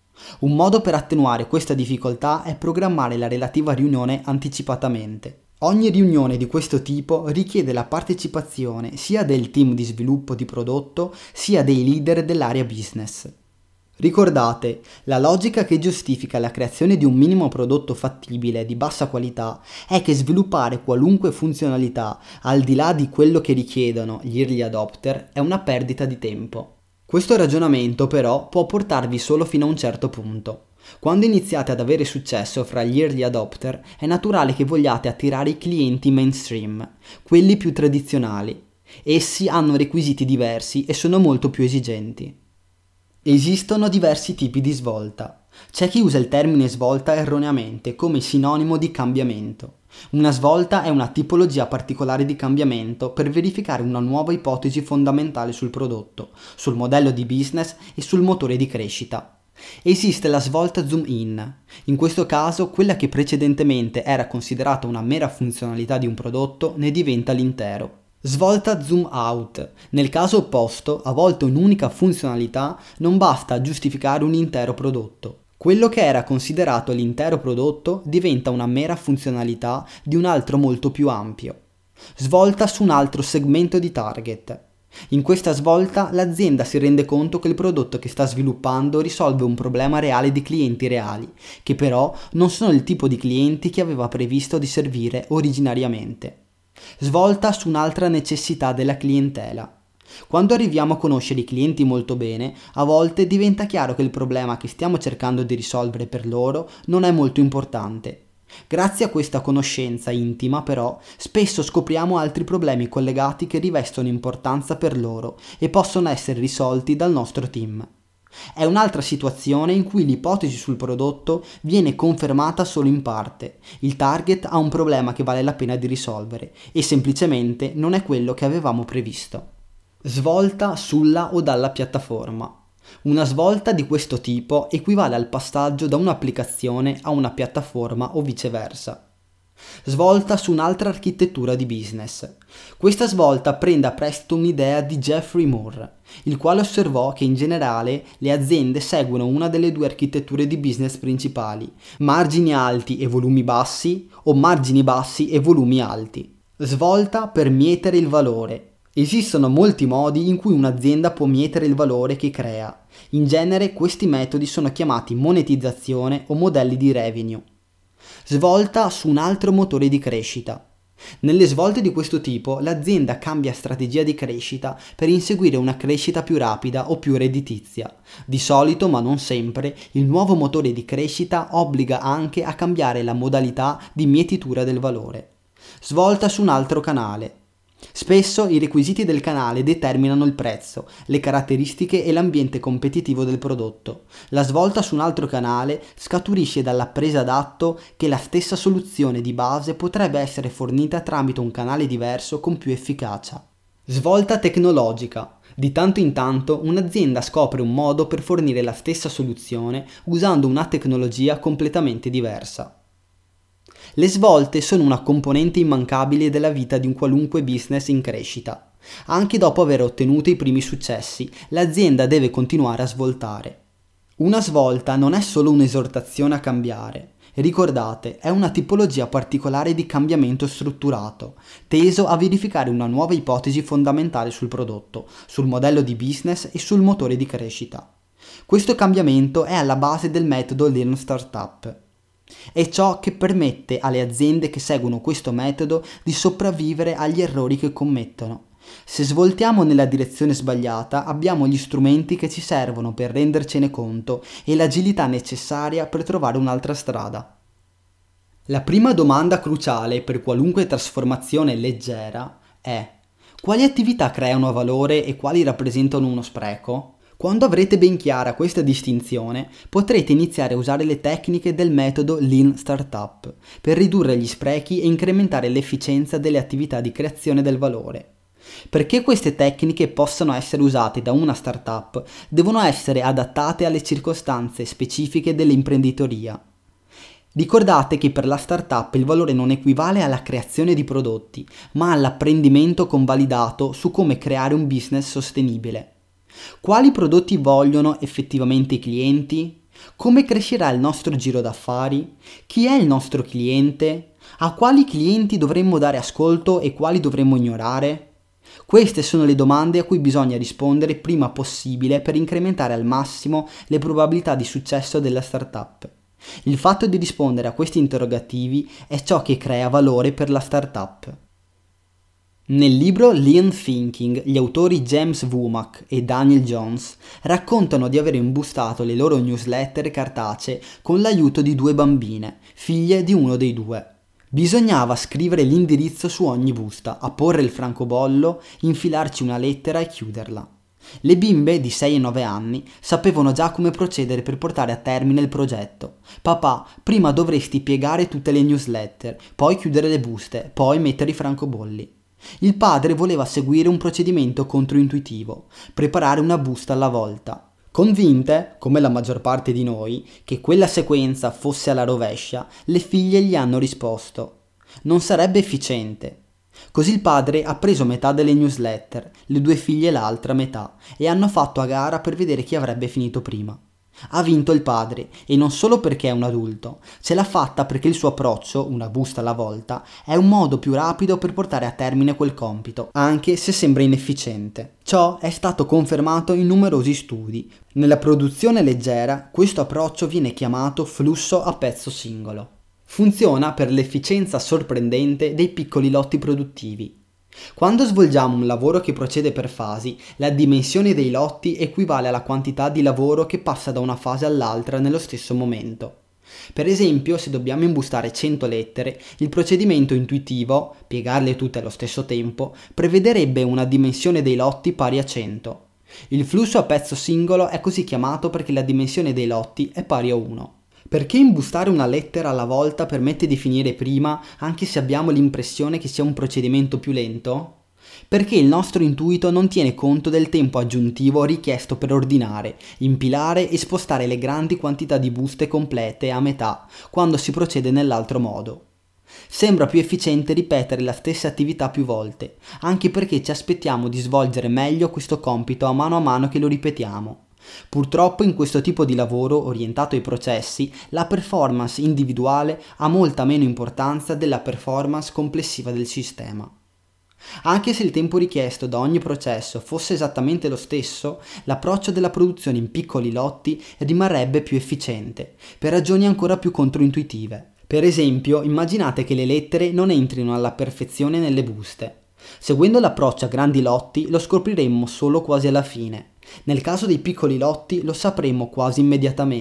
Un modo per attenuare questa difficoltà è programmare la relativa riunione anticipatamente. Ogni riunione di questo tipo richiede la partecipazione sia del team di sviluppo di prodotto sia dei leader dell'area business. Ricordate, la logica che giustifica la creazione di un minimo prodotto fattibile di bassa qualità è che sviluppare qualunque funzionalità al di là di quello che richiedono gli early adopter è una perdita di tempo. Questo ragionamento però può portarvi solo fino a un certo punto. Quando iniziate ad avere successo fra gli early adopter, è naturale che vogliate attirare i clienti mainstream, quelli più tradizionali. Essi hanno requisiti diversi e sono molto più esigenti. Esistono diversi tipi di svolta. C'è chi usa il termine svolta erroneamente come sinonimo di cambiamento. Una svolta è una tipologia particolare di cambiamento per verificare una nuova ipotesi fondamentale sul prodotto, sul modello di business e sul motore di crescita. Esiste la svolta zoom in. In questo caso, quella che precedentemente era considerata una mera funzionalità di un prodotto ne diventa l'intero. Svolta zoom out. Nel caso opposto, a volte un'unica funzionalità non basta a giustificare un intero prodotto. Quello che era considerato l'intero prodotto diventa una mera funzionalità di un altro molto più ampio. Svolta su un altro segmento di target. In questa svolta l'azienda si rende conto che il prodotto che sta sviluppando risolve un problema reale di clienti reali, che però non sono il tipo di clienti che aveva previsto di servire originariamente. Svolta su un'altra necessità della clientela. Quando arriviamo a conoscere i clienti molto bene, a volte diventa chiaro che il problema che stiamo cercando di risolvere per loro non è molto importante. Grazie a questa conoscenza intima, però, spesso scopriamo altri problemi collegati che rivestono importanza per loro e possono essere risolti dal nostro team. È un'altra situazione in cui l'ipotesi sul prodotto viene confermata solo in parte. Il target ha un problema che vale la pena di risolvere e semplicemente non è quello che avevamo previsto. Svolta sulla o dalla piattaforma. Una svolta di questo tipo equivale al passaggio da un'applicazione a una piattaforma o viceversa. Svolta su un'altra architettura di business. Questa svolta prende a prestito un'idea di Geoffrey Moore, il quale osservò che in generale le aziende seguono una delle due architetture di business principali: margini alti e volumi bassi o margini bassi e volumi alti. Svolta per mietere il valore. Esistono molti modi in cui un'azienda può mietere il valore che crea. In genere questi metodi sono chiamati monetizzazione o modelli di revenue. Svolta su un altro motore di crescita. Nelle svolte di questo tipo l'azienda cambia strategia di crescita per inseguire una crescita più rapida o più redditizia. Di solito, ma non sempre, il nuovo motore di crescita obbliga anche a cambiare la modalità di mietitura del valore. Svolta su un altro canale. Spesso i requisiti del canale determinano il prezzo, le caratteristiche e l'ambiente competitivo del prodotto. La svolta su un altro canale scaturisce dalla presa d'atto che la stessa soluzione di base potrebbe essere fornita tramite un canale diverso con più efficacia. Svolta tecnologica. Di tanto in tanto un'azienda scopre un modo per fornire la stessa soluzione usando una tecnologia completamente diversa. Le svolte sono una componente immancabile della vita di un qualunque business in crescita. Anche dopo aver ottenuto i primi successi, l'azienda deve continuare a svoltare. Una svolta non è solo un'esortazione a cambiare. Ricordate, è una tipologia particolare di cambiamento strutturato, teso a verificare una nuova ipotesi fondamentale sul prodotto, sul modello di business e sul motore di crescita. Questo cambiamento è alla base del metodo Lean Startup. È ciò che permette alle aziende che seguono questo metodo di sopravvivere agli errori che commettono. Se svoltiamo nella direzione sbagliata, abbiamo gli strumenti che ci servono per rendercene conto e l'agilità necessaria per trovare un'altra strada. La prima domanda cruciale per qualunque trasformazione leggera è: quali attività creano valore e quali rappresentano uno spreco? Quando avrete ben chiara questa distinzione, potrete iniziare a usare le tecniche del metodo Lean Startup per ridurre gli sprechi e incrementare l'efficienza delle attività di creazione del valore. Perché queste tecniche possano essere usate da una startup, devono essere adattate alle circostanze specifiche dell'imprenditoria. Ricordate che per la startup il valore non equivale alla creazione di prodotti, ma all'apprendimento convalidato su come creare un business sostenibile. Quali prodotti vogliono effettivamente i clienti? Come crescerà il nostro giro d'affari? Chi è il nostro cliente? A quali clienti dovremmo dare ascolto e quali dovremmo ignorare? Queste sono le domande a cui bisogna rispondere prima possibile per incrementare al massimo le probabilità di successo della startup. Il fatto di rispondere a questi interrogativi è ciò che crea valore per la startup. Nel libro Lean Thinking, gli autori James Womack e Daniel Jones raccontano di aver imbustato le loro newsletter cartacee con l'aiuto di due bambine, figlie di uno dei due. Bisognava scrivere l'indirizzo su ogni busta, apporre il francobollo, infilarci una lettera e chiuderla. Le bimbe di sei e nove anni sapevano già come procedere per portare a termine il progetto. Papà, prima dovresti piegare tutte le newsletter, poi chiudere le buste, poi mettere i francobolli. Il padre voleva seguire un procedimento controintuitivo, preparare una busta alla volta. Convinte, come la maggior parte di noi, che quella sequenza fosse alla rovescia, le figlie gli hanno risposto: non sarebbe efficiente. Così il padre ha preso metà delle newsletter, le due figlie l'altra metà, e hanno fatto a gara per vedere chi avrebbe finito prima. Ha vinto il padre, e non solo perché è un adulto, ce l'ha fatta perché il suo approccio, una busta alla volta, è un modo più rapido per portare a termine quel compito, anche se sembra inefficiente. Ciò è stato confermato in numerosi studi. Nella produzione leggera, questo approccio viene chiamato flusso a pezzo singolo. Funziona per l'efficienza sorprendente dei piccoli lotti produttivi. Quando svolgiamo un lavoro che procede per fasi, la dimensione dei lotti equivale alla quantità di lavoro che passa da una fase all'altra nello stesso momento. Per esempio, se dobbiamo imbustare cento lettere, il procedimento intuitivo, piegarle tutte allo stesso tempo, prevederebbe una dimensione dei lotti pari a cento. Il flusso a pezzo singolo è così chiamato perché la dimensione dei lotti è pari a uno. Perché imbustare una lettera alla volta permette di finire prima, anche se abbiamo l'impressione che sia un procedimento più lento? Perché il nostro intuito non tiene conto del tempo aggiuntivo richiesto per ordinare, impilare e spostare le grandi quantità di buste complete a metà, quando si procede nell'altro modo. Sembra più efficiente ripetere la stessa attività più volte, anche perché ci aspettiamo di svolgere meglio questo compito a mano a mano che lo ripetiamo. Purtroppo in questo tipo di lavoro orientato ai processi, la performance individuale ha molta meno importanza della performance complessiva del sistema. Anche se il tempo richiesto da ogni processo fosse esattamente lo stesso, l'approccio della produzione in piccoli lotti rimarrebbe più efficiente, per ragioni ancora più controintuitive. Per esempio, immaginate che le lettere non entrino alla perfezione nelle buste. Seguendo l'approccio a grandi lotti lo scopriremmo solo quasi alla fine. Nel caso dei piccoli lotti lo sapremo quasi immediatamente.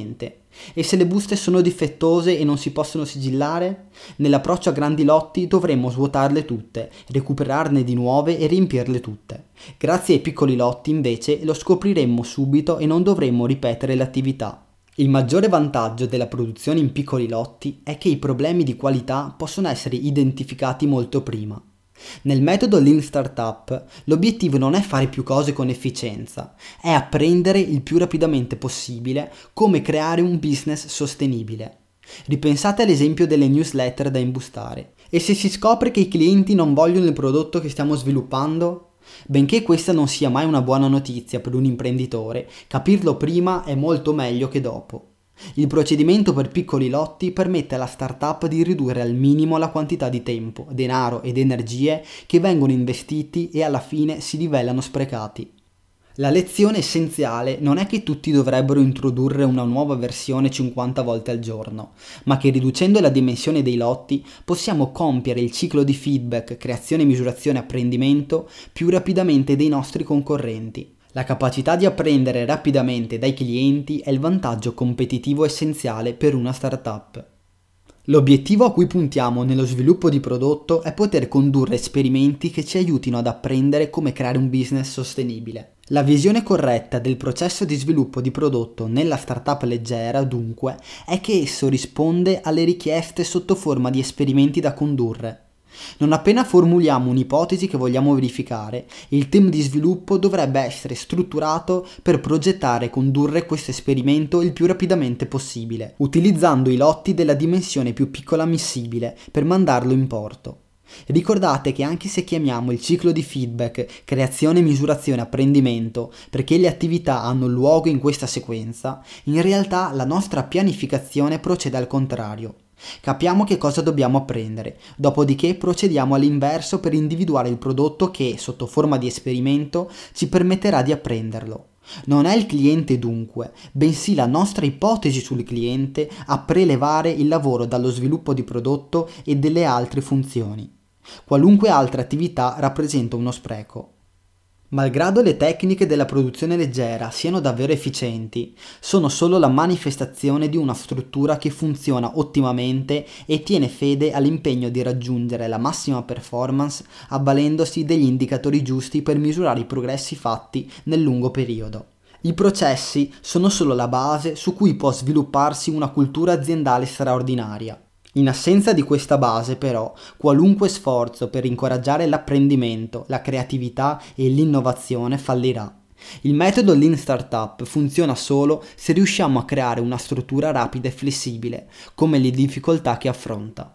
E se le buste sono difettose e non si possono sigillare? Nell'approccio a grandi lotti dovremmo svuotarle tutte, recuperarne di nuove e riempirle tutte. Grazie ai piccoli lotti invece lo scopriremmo subito e non dovremmo ripetere l'attività. Il maggiore vantaggio della produzione in piccoli lotti è che i problemi di qualità possono essere identificati molto prima. Nel metodo Lean Startup l'obiettivo non è fare più cose con efficienza, è apprendere il più rapidamente possibile come creare un business sostenibile. Ripensate all'esempio delle newsletter da imbustare. E se si scopre che i clienti non vogliono il prodotto che stiamo sviluppando? Benché questa non sia mai una buona notizia per un imprenditore, capirlo prima è molto meglio che dopo. Il procedimento per piccoli lotti permette alla startup di ridurre al minimo la quantità di tempo, denaro ed energie che vengono investiti e alla fine si rivelano sprecati. La lezione essenziale non è che tutti dovrebbero introdurre una nuova versione cinquanta volte al giorno, ma che riducendo la dimensione dei lotti possiamo compiere il ciclo di feedback, creazione, misurazione e apprendimento più rapidamente dei nostri concorrenti. La capacità di apprendere rapidamente dai clienti è il vantaggio competitivo essenziale per una startup. L'obiettivo a cui puntiamo nello sviluppo di prodotto è poter condurre esperimenti che ci aiutino ad apprendere come creare un business sostenibile. La visione corretta del processo di sviluppo di prodotto nella startup leggera, dunque, è che esso risponde alle richieste sotto forma di esperimenti da condurre. Non appena formuliamo un'ipotesi che vogliamo verificare, il team di sviluppo dovrebbe essere strutturato per progettare e condurre questo esperimento il più rapidamente possibile, utilizzando i lotti della dimensione più piccola ammissibile per mandarlo in porto. Ricordate che anche se chiamiamo il ciclo di feedback creazione, misurazione, apprendimento perché le attività hanno luogo in questa sequenza, in realtà la nostra pianificazione procede al contrario. Capiamo che cosa dobbiamo apprendere, dopodiché procediamo all'inverso per individuare il prodotto che, sotto forma di esperimento, ci permetterà di apprenderlo. Non è il cliente dunque, bensì la nostra ipotesi sul cliente a prelevare il lavoro dallo sviluppo di prodotto e delle altre funzioni. Qualunque altra attività rappresenta uno spreco. Malgrado le tecniche della produzione leggera siano davvero efficienti, sono solo la manifestazione di una struttura che funziona ottimamente e tiene fede all'impegno di raggiungere la massima performance avvalendosi degli indicatori giusti per misurare i progressi fatti nel lungo periodo. I processi sono solo la base su cui può svilupparsi una cultura aziendale straordinaria. In assenza di questa base, però, qualunque sforzo per incoraggiare l'apprendimento, la creatività e l'innovazione fallirà. Il metodo Lean Startup funziona solo se riusciamo a creare una struttura rapida e flessibile, come le difficoltà che affronta.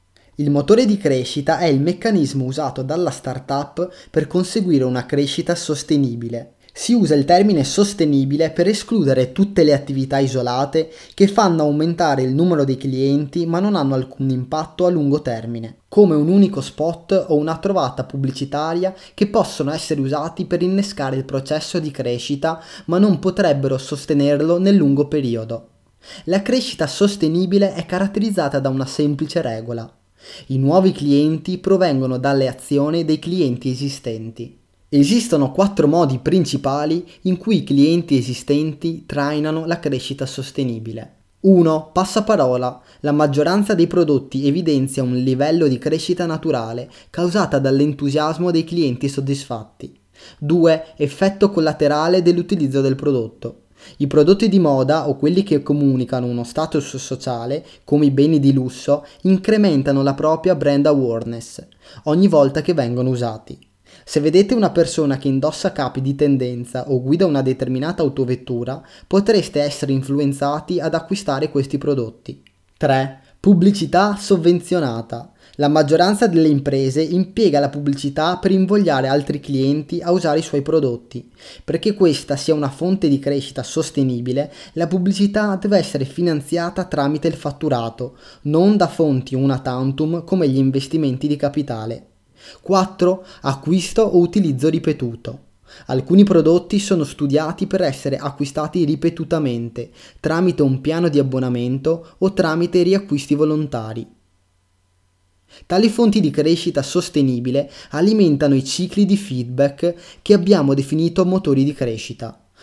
Il motore di crescita è il meccanismo usato dalla startup per conseguire una crescita sostenibile. Si usa il termine sostenibile per escludere tutte le attività isolate che fanno aumentare il numero dei clienti ma non hanno alcun impatto a lungo termine, come un unico spot o una trovata pubblicitaria che possono essere usati per innescare il processo di crescita ma non potrebbero sostenerlo nel lungo periodo. La crescita sostenibile è caratterizzata da una semplice regola. I nuovi clienti provengono dalle azioni dei clienti esistenti. Esistono quattro modi principali in cui i clienti esistenti trainano la crescita sostenibile. uno. Passaparola. La maggioranza dei prodotti evidenzia un livello di crescita naturale causata dall'entusiasmo dei clienti soddisfatti. due. Effetto collaterale dell'utilizzo del prodotto. I prodotti di moda o quelli che comunicano uno status sociale, come i beni di lusso, incrementano la propria brand awareness ogni volta che vengono usati. Se vedete una persona che indossa capi di tendenza o guida una determinata autovettura, potreste essere influenzati ad acquistare questi prodotti. tre. Pubblicità sovvenzionata. La maggioranza delle imprese impiega la pubblicità per invogliare altri clienti a usare i suoi prodotti. Perché questa sia una fonte di crescita sostenibile, la pubblicità deve essere finanziata tramite il fatturato, non da fonti una tantum come gli investimenti di capitale. quattro. Acquisto o utilizzo ripetuto. Alcuni prodotti sono studiati per essere acquistati ripetutamente, tramite un piano di abbonamento o tramite riacquisti volontari. Tali fonti di crescita sostenibile alimentano i cicli di feedback che abbiamo definito motori di crescita.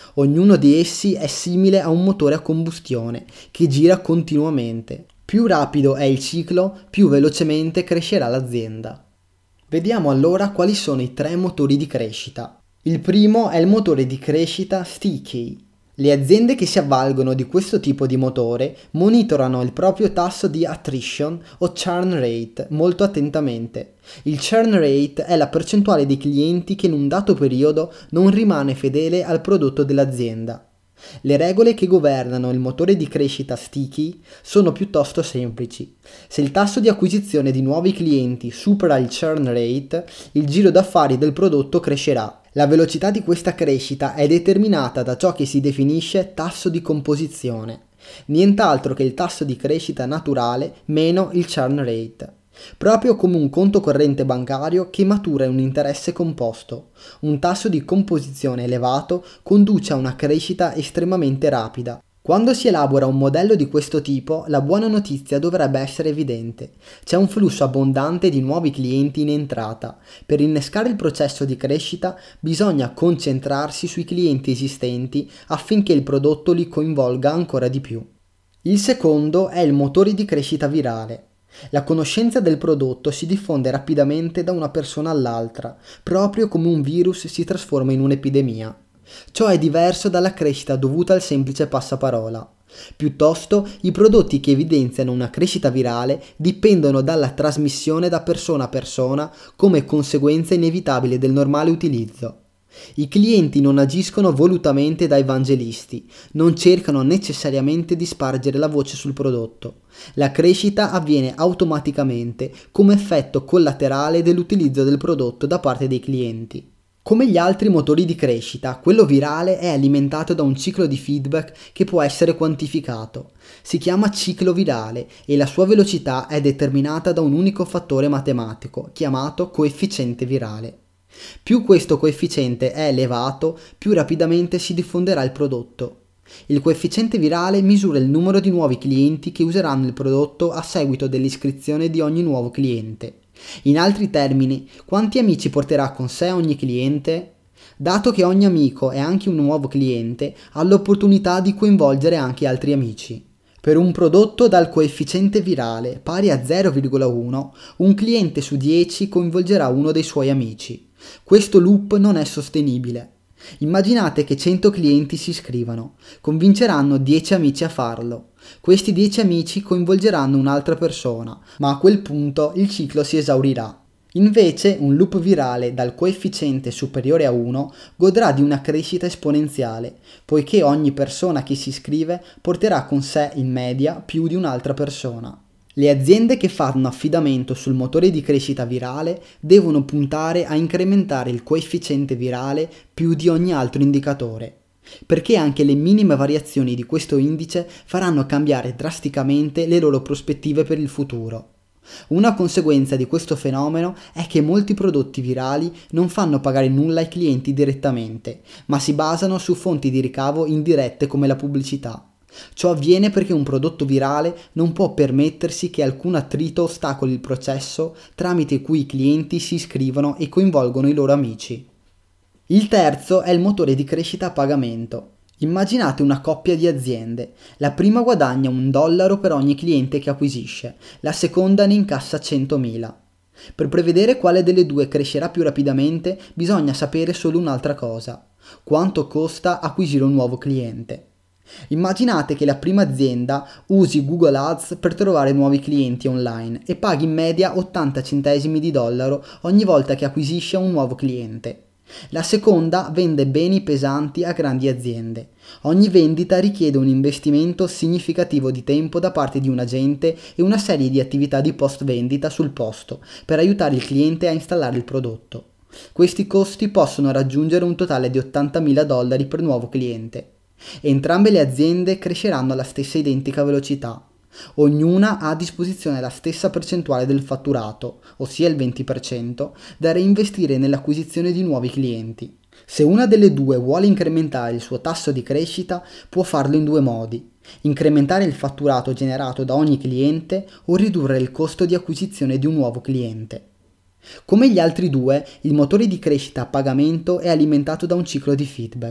Ognuno di essi è simile a un motore a combustione che gira continuamente. Più rapido è il ciclo, più velocemente crescerà l'azienda. Vediamo allora quali sono i tre motori di crescita. Il primo è il motore di crescita sticky. Le aziende che si avvalgono di questo tipo di motore monitorano il proprio tasso di attrition o churn rate molto attentamente. Il churn rate è la percentuale di clienti che in un dato periodo non rimane fedele al prodotto dell'azienda. Le regole che governano il motore di crescita sticky sono piuttosto semplici. Se il tasso di acquisizione di nuovi clienti supera il churn rate, il giro d'affari del prodotto crescerà. La velocità di questa crescita è determinata da ciò che si definisce tasso di composizione, nient'altro che il tasso di crescita naturale meno il churn rate. Proprio come un conto corrente bancario che matura in un interesse composto, un tasso di composizione elevato conduce a una crescita estremamente rapida. Quando si elabora un modello di questo tipo, la buona notizia dovrebbe essere evidente. C'è un flusso abbondante di nuovi clienti in entrata. Per innescare il processo di crescita bisogna concentrarsi sui clienti esistenti affinché il prodotto li coinvolga ancora di più. Il secondo è il motore di crescita virale. La conoscenza del prodotto si diffonde rapidamente da una persona all'altra, proprio come un virus si trasforma in un'epidemia. Ciò è diverso dalla crescita dovuta al semplice passaparola. Piuttosto, i prodotti che evidenziano una crescita virale dipendono dalla trasmissione da persona a persona come conseguenza inevitabile del normale utilizzo. I clienti non agiscono volutamente da evangelisti, non cercano necessariamente di spargere la voce sul prodotto. La crescita avviene automaticamente come effetto collaterale dell'utilizzo del prodotto da parte dei clienti. Come gli altri motori di crescita, quello virale è alimentato da un ciclo di feedback che può essere quantificato. Si chiama ciclo virale e la sua velocità è determinata da un unico fattore matematico, chiamato coefficiente virale. Più questo coefficiente è elevato, più rapidamente si diffonderà il prodotto. Il coefficiente virale misura il numero di nuovi clienti che useranno il prodotto a seguito dell'iscrizione di ogni nuovo cliente. In altri termini, quanti amici porterà con sé ogni cliente? Dato che ogni amico è anche un nuovo cliente, ha l'opportunità di coinvolgere anche altri amici. Per un prodotto dal coefficiente virale pari a zero virgola uno, un cliente su dieci coinvolgerà uno dei suoi amici. Questo loop non è sostenibile. Immaginate che cento clienti si iscrivano, convinceranno dieci amici a farlo. Questi dieci amici coinvolgeranno un'altra persona, ma a quel punto il ciclo si esaurirà. Invece un loop virale dal coefficiente superiore a uno godrà di una crescita esponenziale, poiché ogni persona che si iscrive porterà con sé in media più di un'altra persona. Le aziende che fanno affidamento sul motore di crescita virale devono puntare a incrementare il coefficiente virale più di ogni altro indicatore, perché anche le minime variazioni di questo indice faranno cambiare drasticamente le loro prospettive per il futuro. Una conseguenza di questo fenomeno è che molti prodotti virali non fanno pagare nulla ai clienti direttamente, ma si basano su fonti di ricavo indirette come la pubblicità. Ciò avviene perché un prodotto virale non può permettersi che alcun attrito ostacoli il processo tramite cui i clienti si iscrivono e coinvolgono i loro amici. Il terzo è il motore di crescita a pagamento. Immaginate una coppia di aziende. La prima guadagna un dollaro per ogni cliente che acquisisce, la seconda ne incassa centomila. Per prevedere quale delle due crescerà più rapidamente bisogna sapere solo un'altra cosa: quanto costa acquisire un nuovo cliente. Immaginate che la prima azienda usi Google Ads per trovare nuovi clienti online e paghi in media ottanta centesimi di dollaro ogni volta che acquisisce un nuovo cliente. La seconda vende beni pesanti a grandi aziende. Ogni vendita richiede un investimento significativo di tempo da parte di un agente e una serie di attività di post vendita sul posto per aiutare il cliente a installare il prodotto. Questi costi possono raggiungere un totale di ottantamila dollari per nuovo cliente. Entrambe le aziende cresceranno alla stessa identica velocità. Ognuna ha a disposizione la stessa percentuale del fatturato, ossia il venti per cento, da reinvestire nell'acquisizione di nuovi clienti. Se una delle due vuole incrementare il suo tasso di crescita, può farlo in due modi: incrementare il fatturato generato da ogni cliente o ridurre il costo di acquisizione di un nuovo cliente. Come gli altri due, il motore di crescita a pagamento è alimentato da un ciclo di feedback.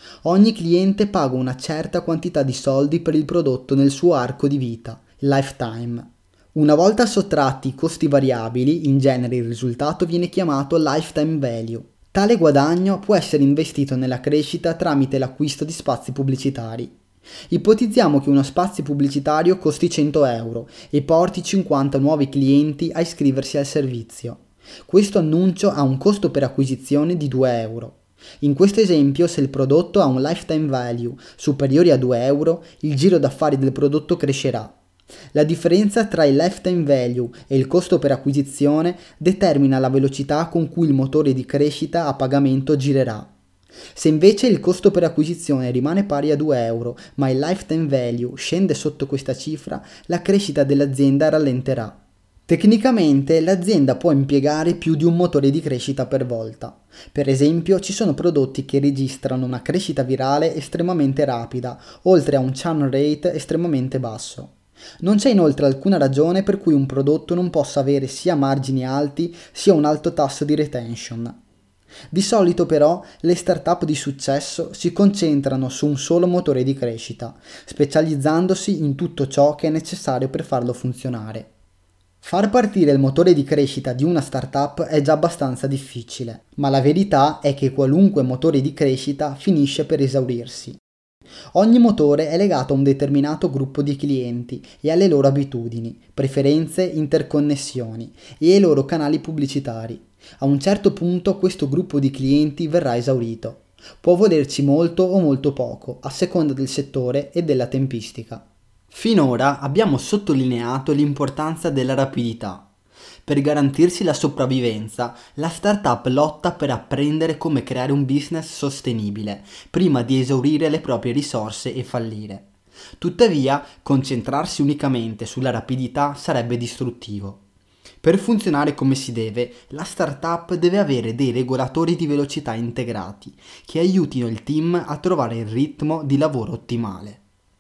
Ogni cliente paga una certa quantità di soldi per il prodotto nel suo arco di vita, lifetime. Una volta sottratti i costi variabili, in genere il risultato viene chiamato lifetime value. Tale guadagno può essere investito nella crescita tramite l'acquisto di spazi pubblicitari. Ipotizziamo che uno spazio pubblicitario costi cento euro e porti cinquanta nuovi clienti a iscriversi al servizio. Questo annuncio ha un costo per acquisizione di due euro. In questo esempio, se il prodotto ha un lifetime value superiore a due euro, il giro d'affari del prodotto crescerà. La differenza tra il lifetime value e il costo per acquisizione determina la velocità con cui il motore di crescita a pagamento girerà. Se invece il costo per acquisizione rimane pari a due euro, ma il lifetime value scende sotto questa cifra, la crescita dell'azienda rallenterà. Tecnicamente l'azienda può impiegare più di un motore di crescita per volta. Per esempio, ci sono prodotti che registrano una crescita virale estremamente rapida, oltre a un churn rate estremamente basso. Non c'è inoltre alcuna ragione per cui un prodotto non possa avere sia margini alti sia un alto tasso di retention. Di solito però le startup di successo si concentrano su un solo motore di crescita, specializzandosi in tutto ciò che è necessario per farlo funzionare. Far partire il motore di crescita di una startup è già abbastanza difficile, ma la verità è che qualunque motore di crescita finisce per esaurirsi. Ogni motore è legato a un determinato gruppo di clienti e alle loro abitudini, preferenze, interconnessioni e ai loro canali pubblicitari. A un certo punto questo gruppo di clienti verrà esaurito. Può volerci molto o molto poco, a seconda del settore e della tempistica. Finora abbiamo sottolineato l'importanza della rapidità. Per garantirsi la sopravvivenza, la startup lotta per apprendere come creare un business sostenibile, prima di esaurire le proprie risorse e fallire. Tuttavia, concentrarsi unicamente sulla rapidità sarebbe distruttivo. Per funzionare come si deve, la startup deve avere dei regolatori di velocità integrati, che aiutino il team a trovare il ritmo di lavoro ottimale.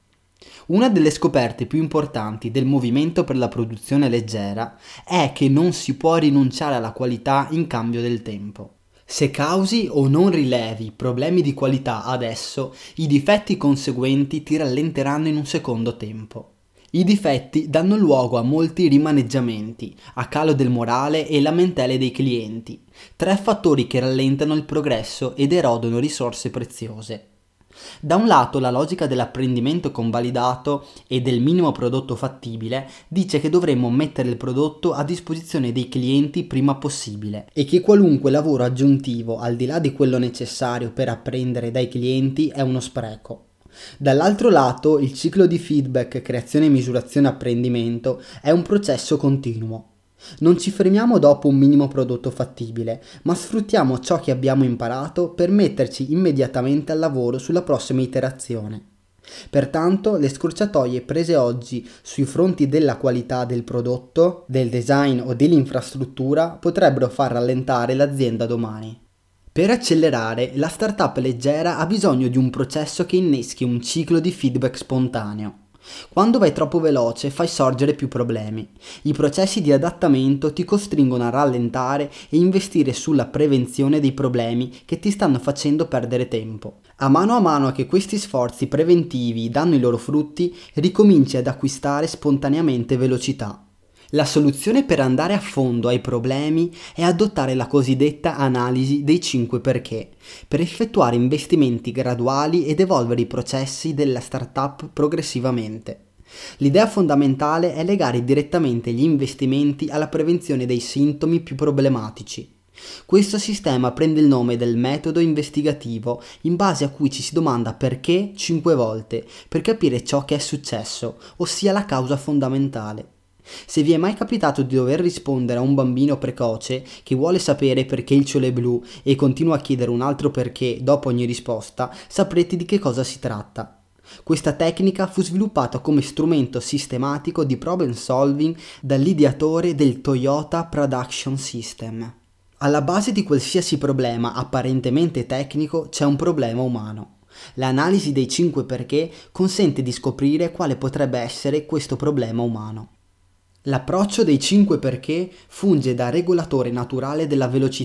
Una delle scoperte più importanti del movimento per la produzione leggera è che non si può rinunciare alla qualità in cambio del tempo. Se causi o non rilevi problemi di qualità adesso, i difetti conseguenti ti rallenteranno in un secondo tempo. I difetti danno luogo a molti rimaneggiamenti, a calo del morale e lamentele dei clienti, tre fattori che rallentano il progresso ed erodono risorse preziose. Da un lato la logica dell'apprendimento convalidato e del minimo prodotto fattibile dice che dovremmo mettere il prodotto a disposizione dei clienti prima possibile e che qualunque lavoro aggiuntivo al di là di quello necessario per apprendere dai clienti è uno spreco. Dall'altro lato il ciclo di feedback, creazione, misurazione, apprendimento è un processo continuo. Non ci fermiamo dopo un minimo prodotto fattibile, ma sfruttiamo ciò che abbiamo imparato per metterci immediatamente al lavoro sulla prossima iterazione. Pertanto, le scorciatoie prese oggi sui fronti della qualità del prodotto, del design o dell'infrastruttura potrebbero far rallentare l'azienda domani. Per accelerare, la startup leggera ha bisogno di un processo che inneschi un ciclo di feedback spontaneo. Quando vai troppo veloce fai sorgere più problemi. I processi di adattamento ti costringono a rallentare e investire sulla prevenzione dei problemi che ti stanno facendo perdere tempo. A mano a mano che questi sforzi preventivi danno i loro frutti, ricominci ad acquistare spontaneamente velocità. La soluzione per andare a fondo ai problemi è adottare la cosiddetta analisi dei cinque perché, per effettuare investimenti graduali ed evolvere i processi della startup progressivamente. L'idea fondamentale è legare direttamente gli investimenti alla prevenzione dei sintomi più problematici. Questo sistema prende il nome del metodo investigativo, in base a cui ci si domanda perché cinque volte, per capire ciò che è successo, ossia la causa fondamentale. Se vi è mai capitato di dover rispondere a un bambino precoce che vuole sapere perché il cielo è blu e continua a chiedere un altro perché dopo ogni risposta, saprete di che cosa si tratta. Questa tecnica fu sviluppata come strumento sistematico di problem solving dall'ideatore del Toyota Production System. Alla base di qualsiasi problema apparentemente tecnico c'è un problema umano. L'analisi dei cinque perché consente di scoprire quale potrebbe essere questo problema umano. L'approccio dei cinque perché funge da regolatore naturale della velocità,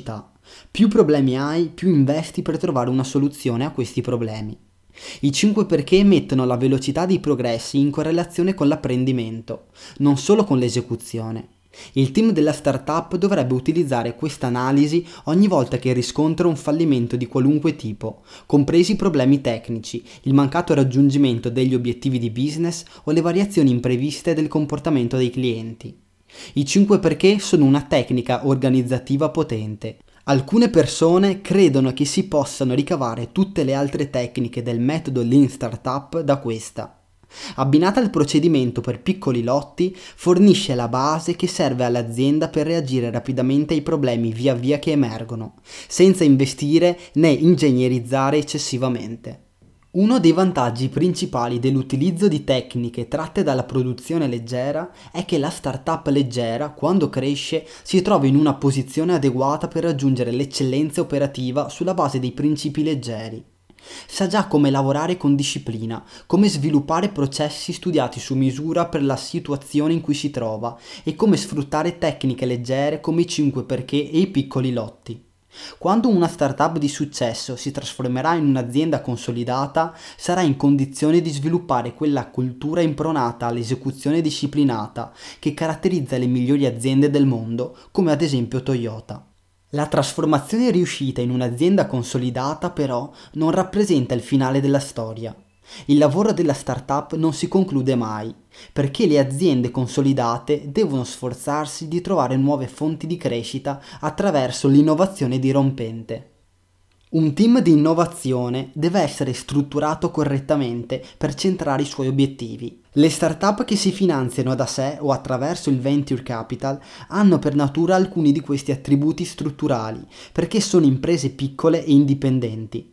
Più problemi hai, più investi per trovare una soluzione a questi problemi. I cinque perché mettono la velocità dei progressi in correlazione con l'apprendimento, non solo con l'esecuzione. Il team della startup dovrebbe utilizzare questa analisi ogni volta che riscontra un fallimento di qualunque tipo, compresi i problemi tecnici, il mancato raggiungimento degli obiettivi di business o le variazioni impreviste del comportamento dei clienti. I cinque perché sono una tecnica organizzativa potente. Alcune persone credono che si possano ricavare tutte le altre tecniche del metodo Lean Startup da questa. Abbinata al procedimento per piccoli lotti, fornisce la base che serve all'azienda per reagire rapidamente ai problemi via via che emergono, senza investire né ingegnerizzare eccessivamente. Uno dei vantaggi principali dell'utilizzo di tecniche tratte dalla produzione leggera è che la startup leggera, quando cresce, si trova in una posizione adeguata per raggiungere l'eccellenza operativa sulla base dei principi leggeri. Sa già come lavorare con disciplina, come sviluppare processi studiati su misura per la situazione in cui si trova e come sfruttare tecniche leggere come i cinque perché e i piccoli lotti. Quando una startup di successo si trasformerà in un'azienda consolidata, sarà in condizione di sviluppare quella cultura impronata all'esecuzione disciplinata che caratterizza le migliori aziende del mondo, come ad esempio Toyota. La trasformazione riuscita in un'azienda consolidata, però, non rappresenta il finale della storia. Il lavoro della startup non si conclude mai, perché le aziende consolidate devono sforzarsi di trovare nuove fonti di crescita attraverso l'innovazione dirompente. Un team di innovazione deve essere strutturato correttamente per centrare i suoi obiettivi. Le startup che si finanziano da sé o attraverso il venture capital hanno per natura alcuni di questi attributi strutturali, perché sono imprese piccole e indipendenti.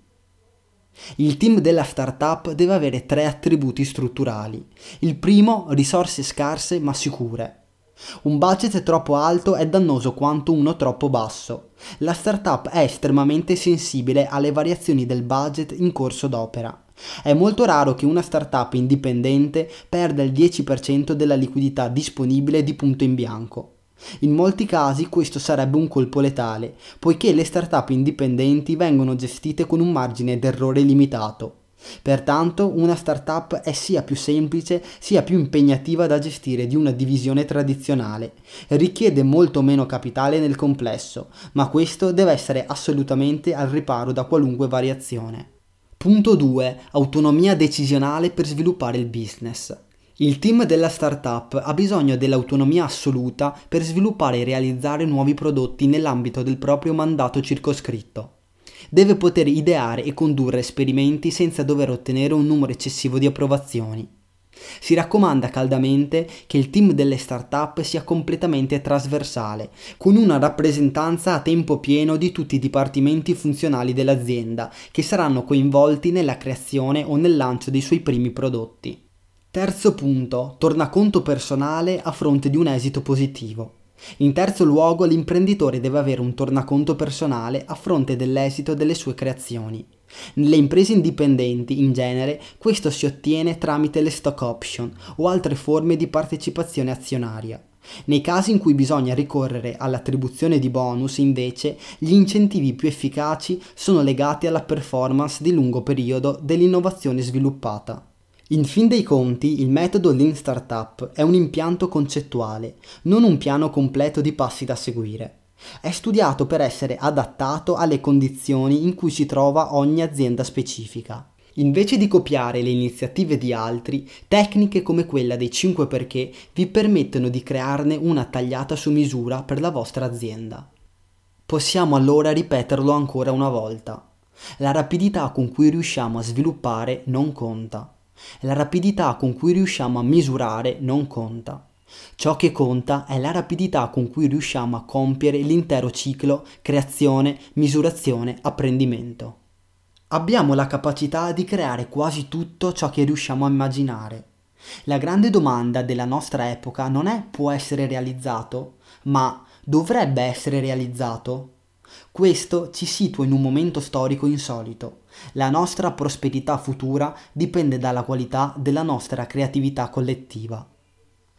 Il team della startup deve avere tre attributi strutturali. Il primo, risorse scarse ma sicure. Un budget troppo alto è dannoso quanto uno troppo basso. La startup è estremamente sensibile alle variazioni del budget in corso d'opera. È molto raro che una startup indipendente perda il dieci per cento della liquidità disponibile di punto in bianco. In molti casi questo sarebbe un colpo letale, poiché le startup indipendenti vengono gestite con un margine d'errore limitato. Pertanto una startup è sia più semplice sia più impegnativa da gestire di una divisione tradizionale. Richiede molto meno capitale nel complesso, ma questo deve essere assolutamente al riparo da qualunque variazione. Punto due. Autonomia decisionale per sviluppare il business. Il team della startup ha bisogno dell'autonomia assoluta per sviluppare e realizzare nuovi prodotti nell'ambito del proprio mandato circoscritto. Deve poter ideare e condurre esperimenti senza dover ottenere un numero eccessivo di approvazioni. Si raccomanda caldamente che il team delle startup sia completamente trasversale, con una rappresentanza a tempo pieno di tutti i dipartimenti funzionali dell'azienda che saranno coinvolti nella creazione o nel lancio dei suoi primi prodotti. Terzo punto, tornaconto personale a fronte di un esito positivo. In terzo luogo, l'imprenditore deve avere un tornaconto personale a fronte dell'esito delle sue creazioni. Nelle imprese indipendenti, in genere, questo si ottiene tramite le stock option o altre forme di partecipazione azionaria. Nei casi in cui bisogna ricorrere all'attribuzione di bonus, invece, gli incentivi più efficaci sono legati alla performance di lungo periodo dell'innovazione sviluppata. In fin dei conti, il metodo Lean Startup è un impianto concettuale, non un piano completo di passi da seguire. È studiato per essere adattato alle condizioni in cui si trova ogni azienda specifica. Invece di copiare le iniziative di altri, tecniche come quella dei cinque perché vi permettono di crearne una tagliata su misura per la vostra azienda. Possiamo allora ripeterlo ancora una volta. La rapidità con cui riusciamo a sviluppare non conta. La rapidità con cui riusciamo a misurare non conta. Ciò che conta è la rapidità con cui riusciamo a compiere l'intero ciclo creazione, misurazione, apprendimento. Abbiamo la capacità di creare quasi tutto ciò che riusciamo a immaginare. La grande domanda della nostra epoca non è può essere realizzato, ma dovrebbe essere realizzato? Questo ci situa in un momento storico insolito. La nostra prosperità futura dipende dalla qualità della nostra creatività collettiva.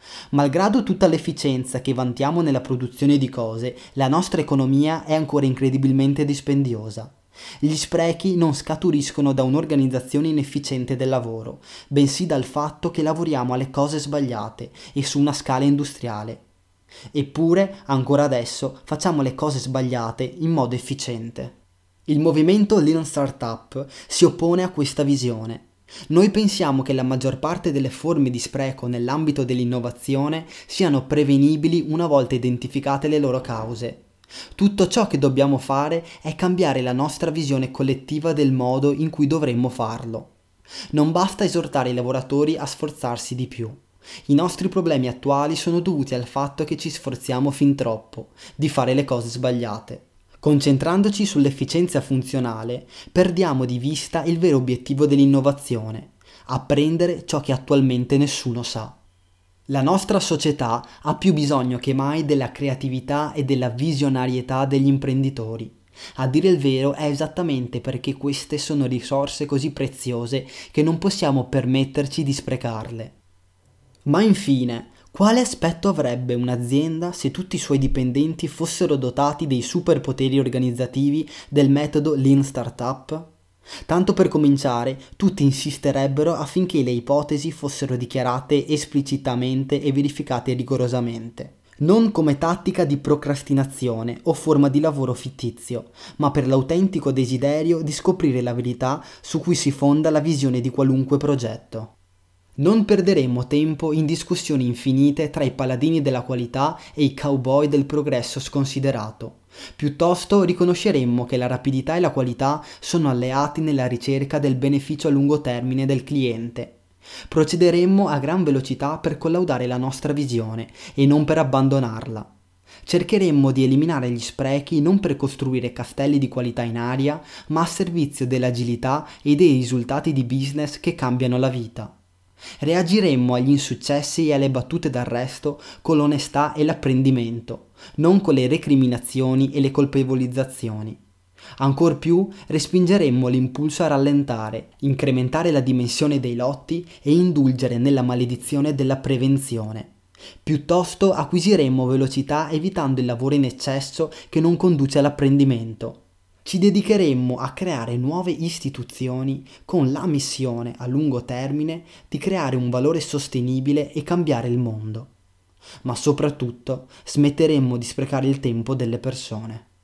Malgrado tutta l'efficienza che vantiamo nella produzione di cose, la nostra economia è ancora incredibilmente dispendiosa. Gli sprechi non scaturiscono da un'organizzazione inefficiente del lavoro, bensì dal fatto che lavoriamo alle cose sbagliate e su una scala industriale. Eppure, ancora adesso, facciamo le cose sbagliate in modo efficiente. Il movimento Lean Startup si oppone a questa visione. Noi pensiamo che la maggior parte delle forme di spreco nell'ambito dell'innovazione siano prevenibili una volta identificate le loro cause. Tutto ciò che dobbiamo fare è cambiare la nostra visione collettiva del modo in cui dovremmo farlo. Non basta esortare i lavoratori a sforzarsi di più. I nostri problemi attuali sono dovuti al fatto che ci sforziamo fin troppo di fare le cose sbagliate. Concentrandoci sull'efficienza funzionale, perdiamo di vista il vero obiettivo dell'innovazione: apprendere ciò che attualmente nessuno sa. La nostra società ha più bisogno che mai della creatività e della visionarietà degli imprenditori. A dire il vero, è esattamente perché queste sono risorse così preziose che non possiamo permetterci di sprecarle. Ma infine, quale aspetto avrebbe un'azienda se tutti i suoi dipendenti fossero dotati dei superpoteri organizzativi del metodo Lean Startup? Tanto per cominciare, tutti insisterebbero affinché le ipotesi fossero dichiarate esplicitamente e verificate rigorosamente, non come tattica di procrastinazione o forma di lavoro fittizio, ma per l'autentico desiderio di scoprire la verità su cui si fonda la visione di qualunque progetto. Non perderemo tempo in discussioni infinite tra i paladini della qualità e i cowboy del progresso sconsiderato. Piuttosto riconosceremmo che la rapidità e la qualità sono alleati nella ricerca del beneficio a lungo termine del cliente. Procederemmo a gran velocità per collaudare la nostra visione e non per abbandonarla. Cercheremmo di eliminare gli sprechi non per costruire castelli di qualità in aria, ma a servizio dell'agilità e dei risultati di business che cambiano la vita. Reagiremmo agli insuccessi e alle battute d'arresto con l'onestà e l'apprendimento, non con le recriminazioni e le colpevolizzazioni. Ancor più, respingeremmo l'impulso a rallentare, incrementare la dimensione dei lotti e indulgere nella maledizione della prevenzione. Piuttosto acquisiremmo velocità evitando il lavoro in eccesso che non conduce all'apprendimento. Ci dedicheremmo a creare nuove istituzioni con la missione a lungo termine di creare un valore sostenibile e cambiare il mondo. Ma soprattutto smetteremmo di sprecare il tempo delle persone.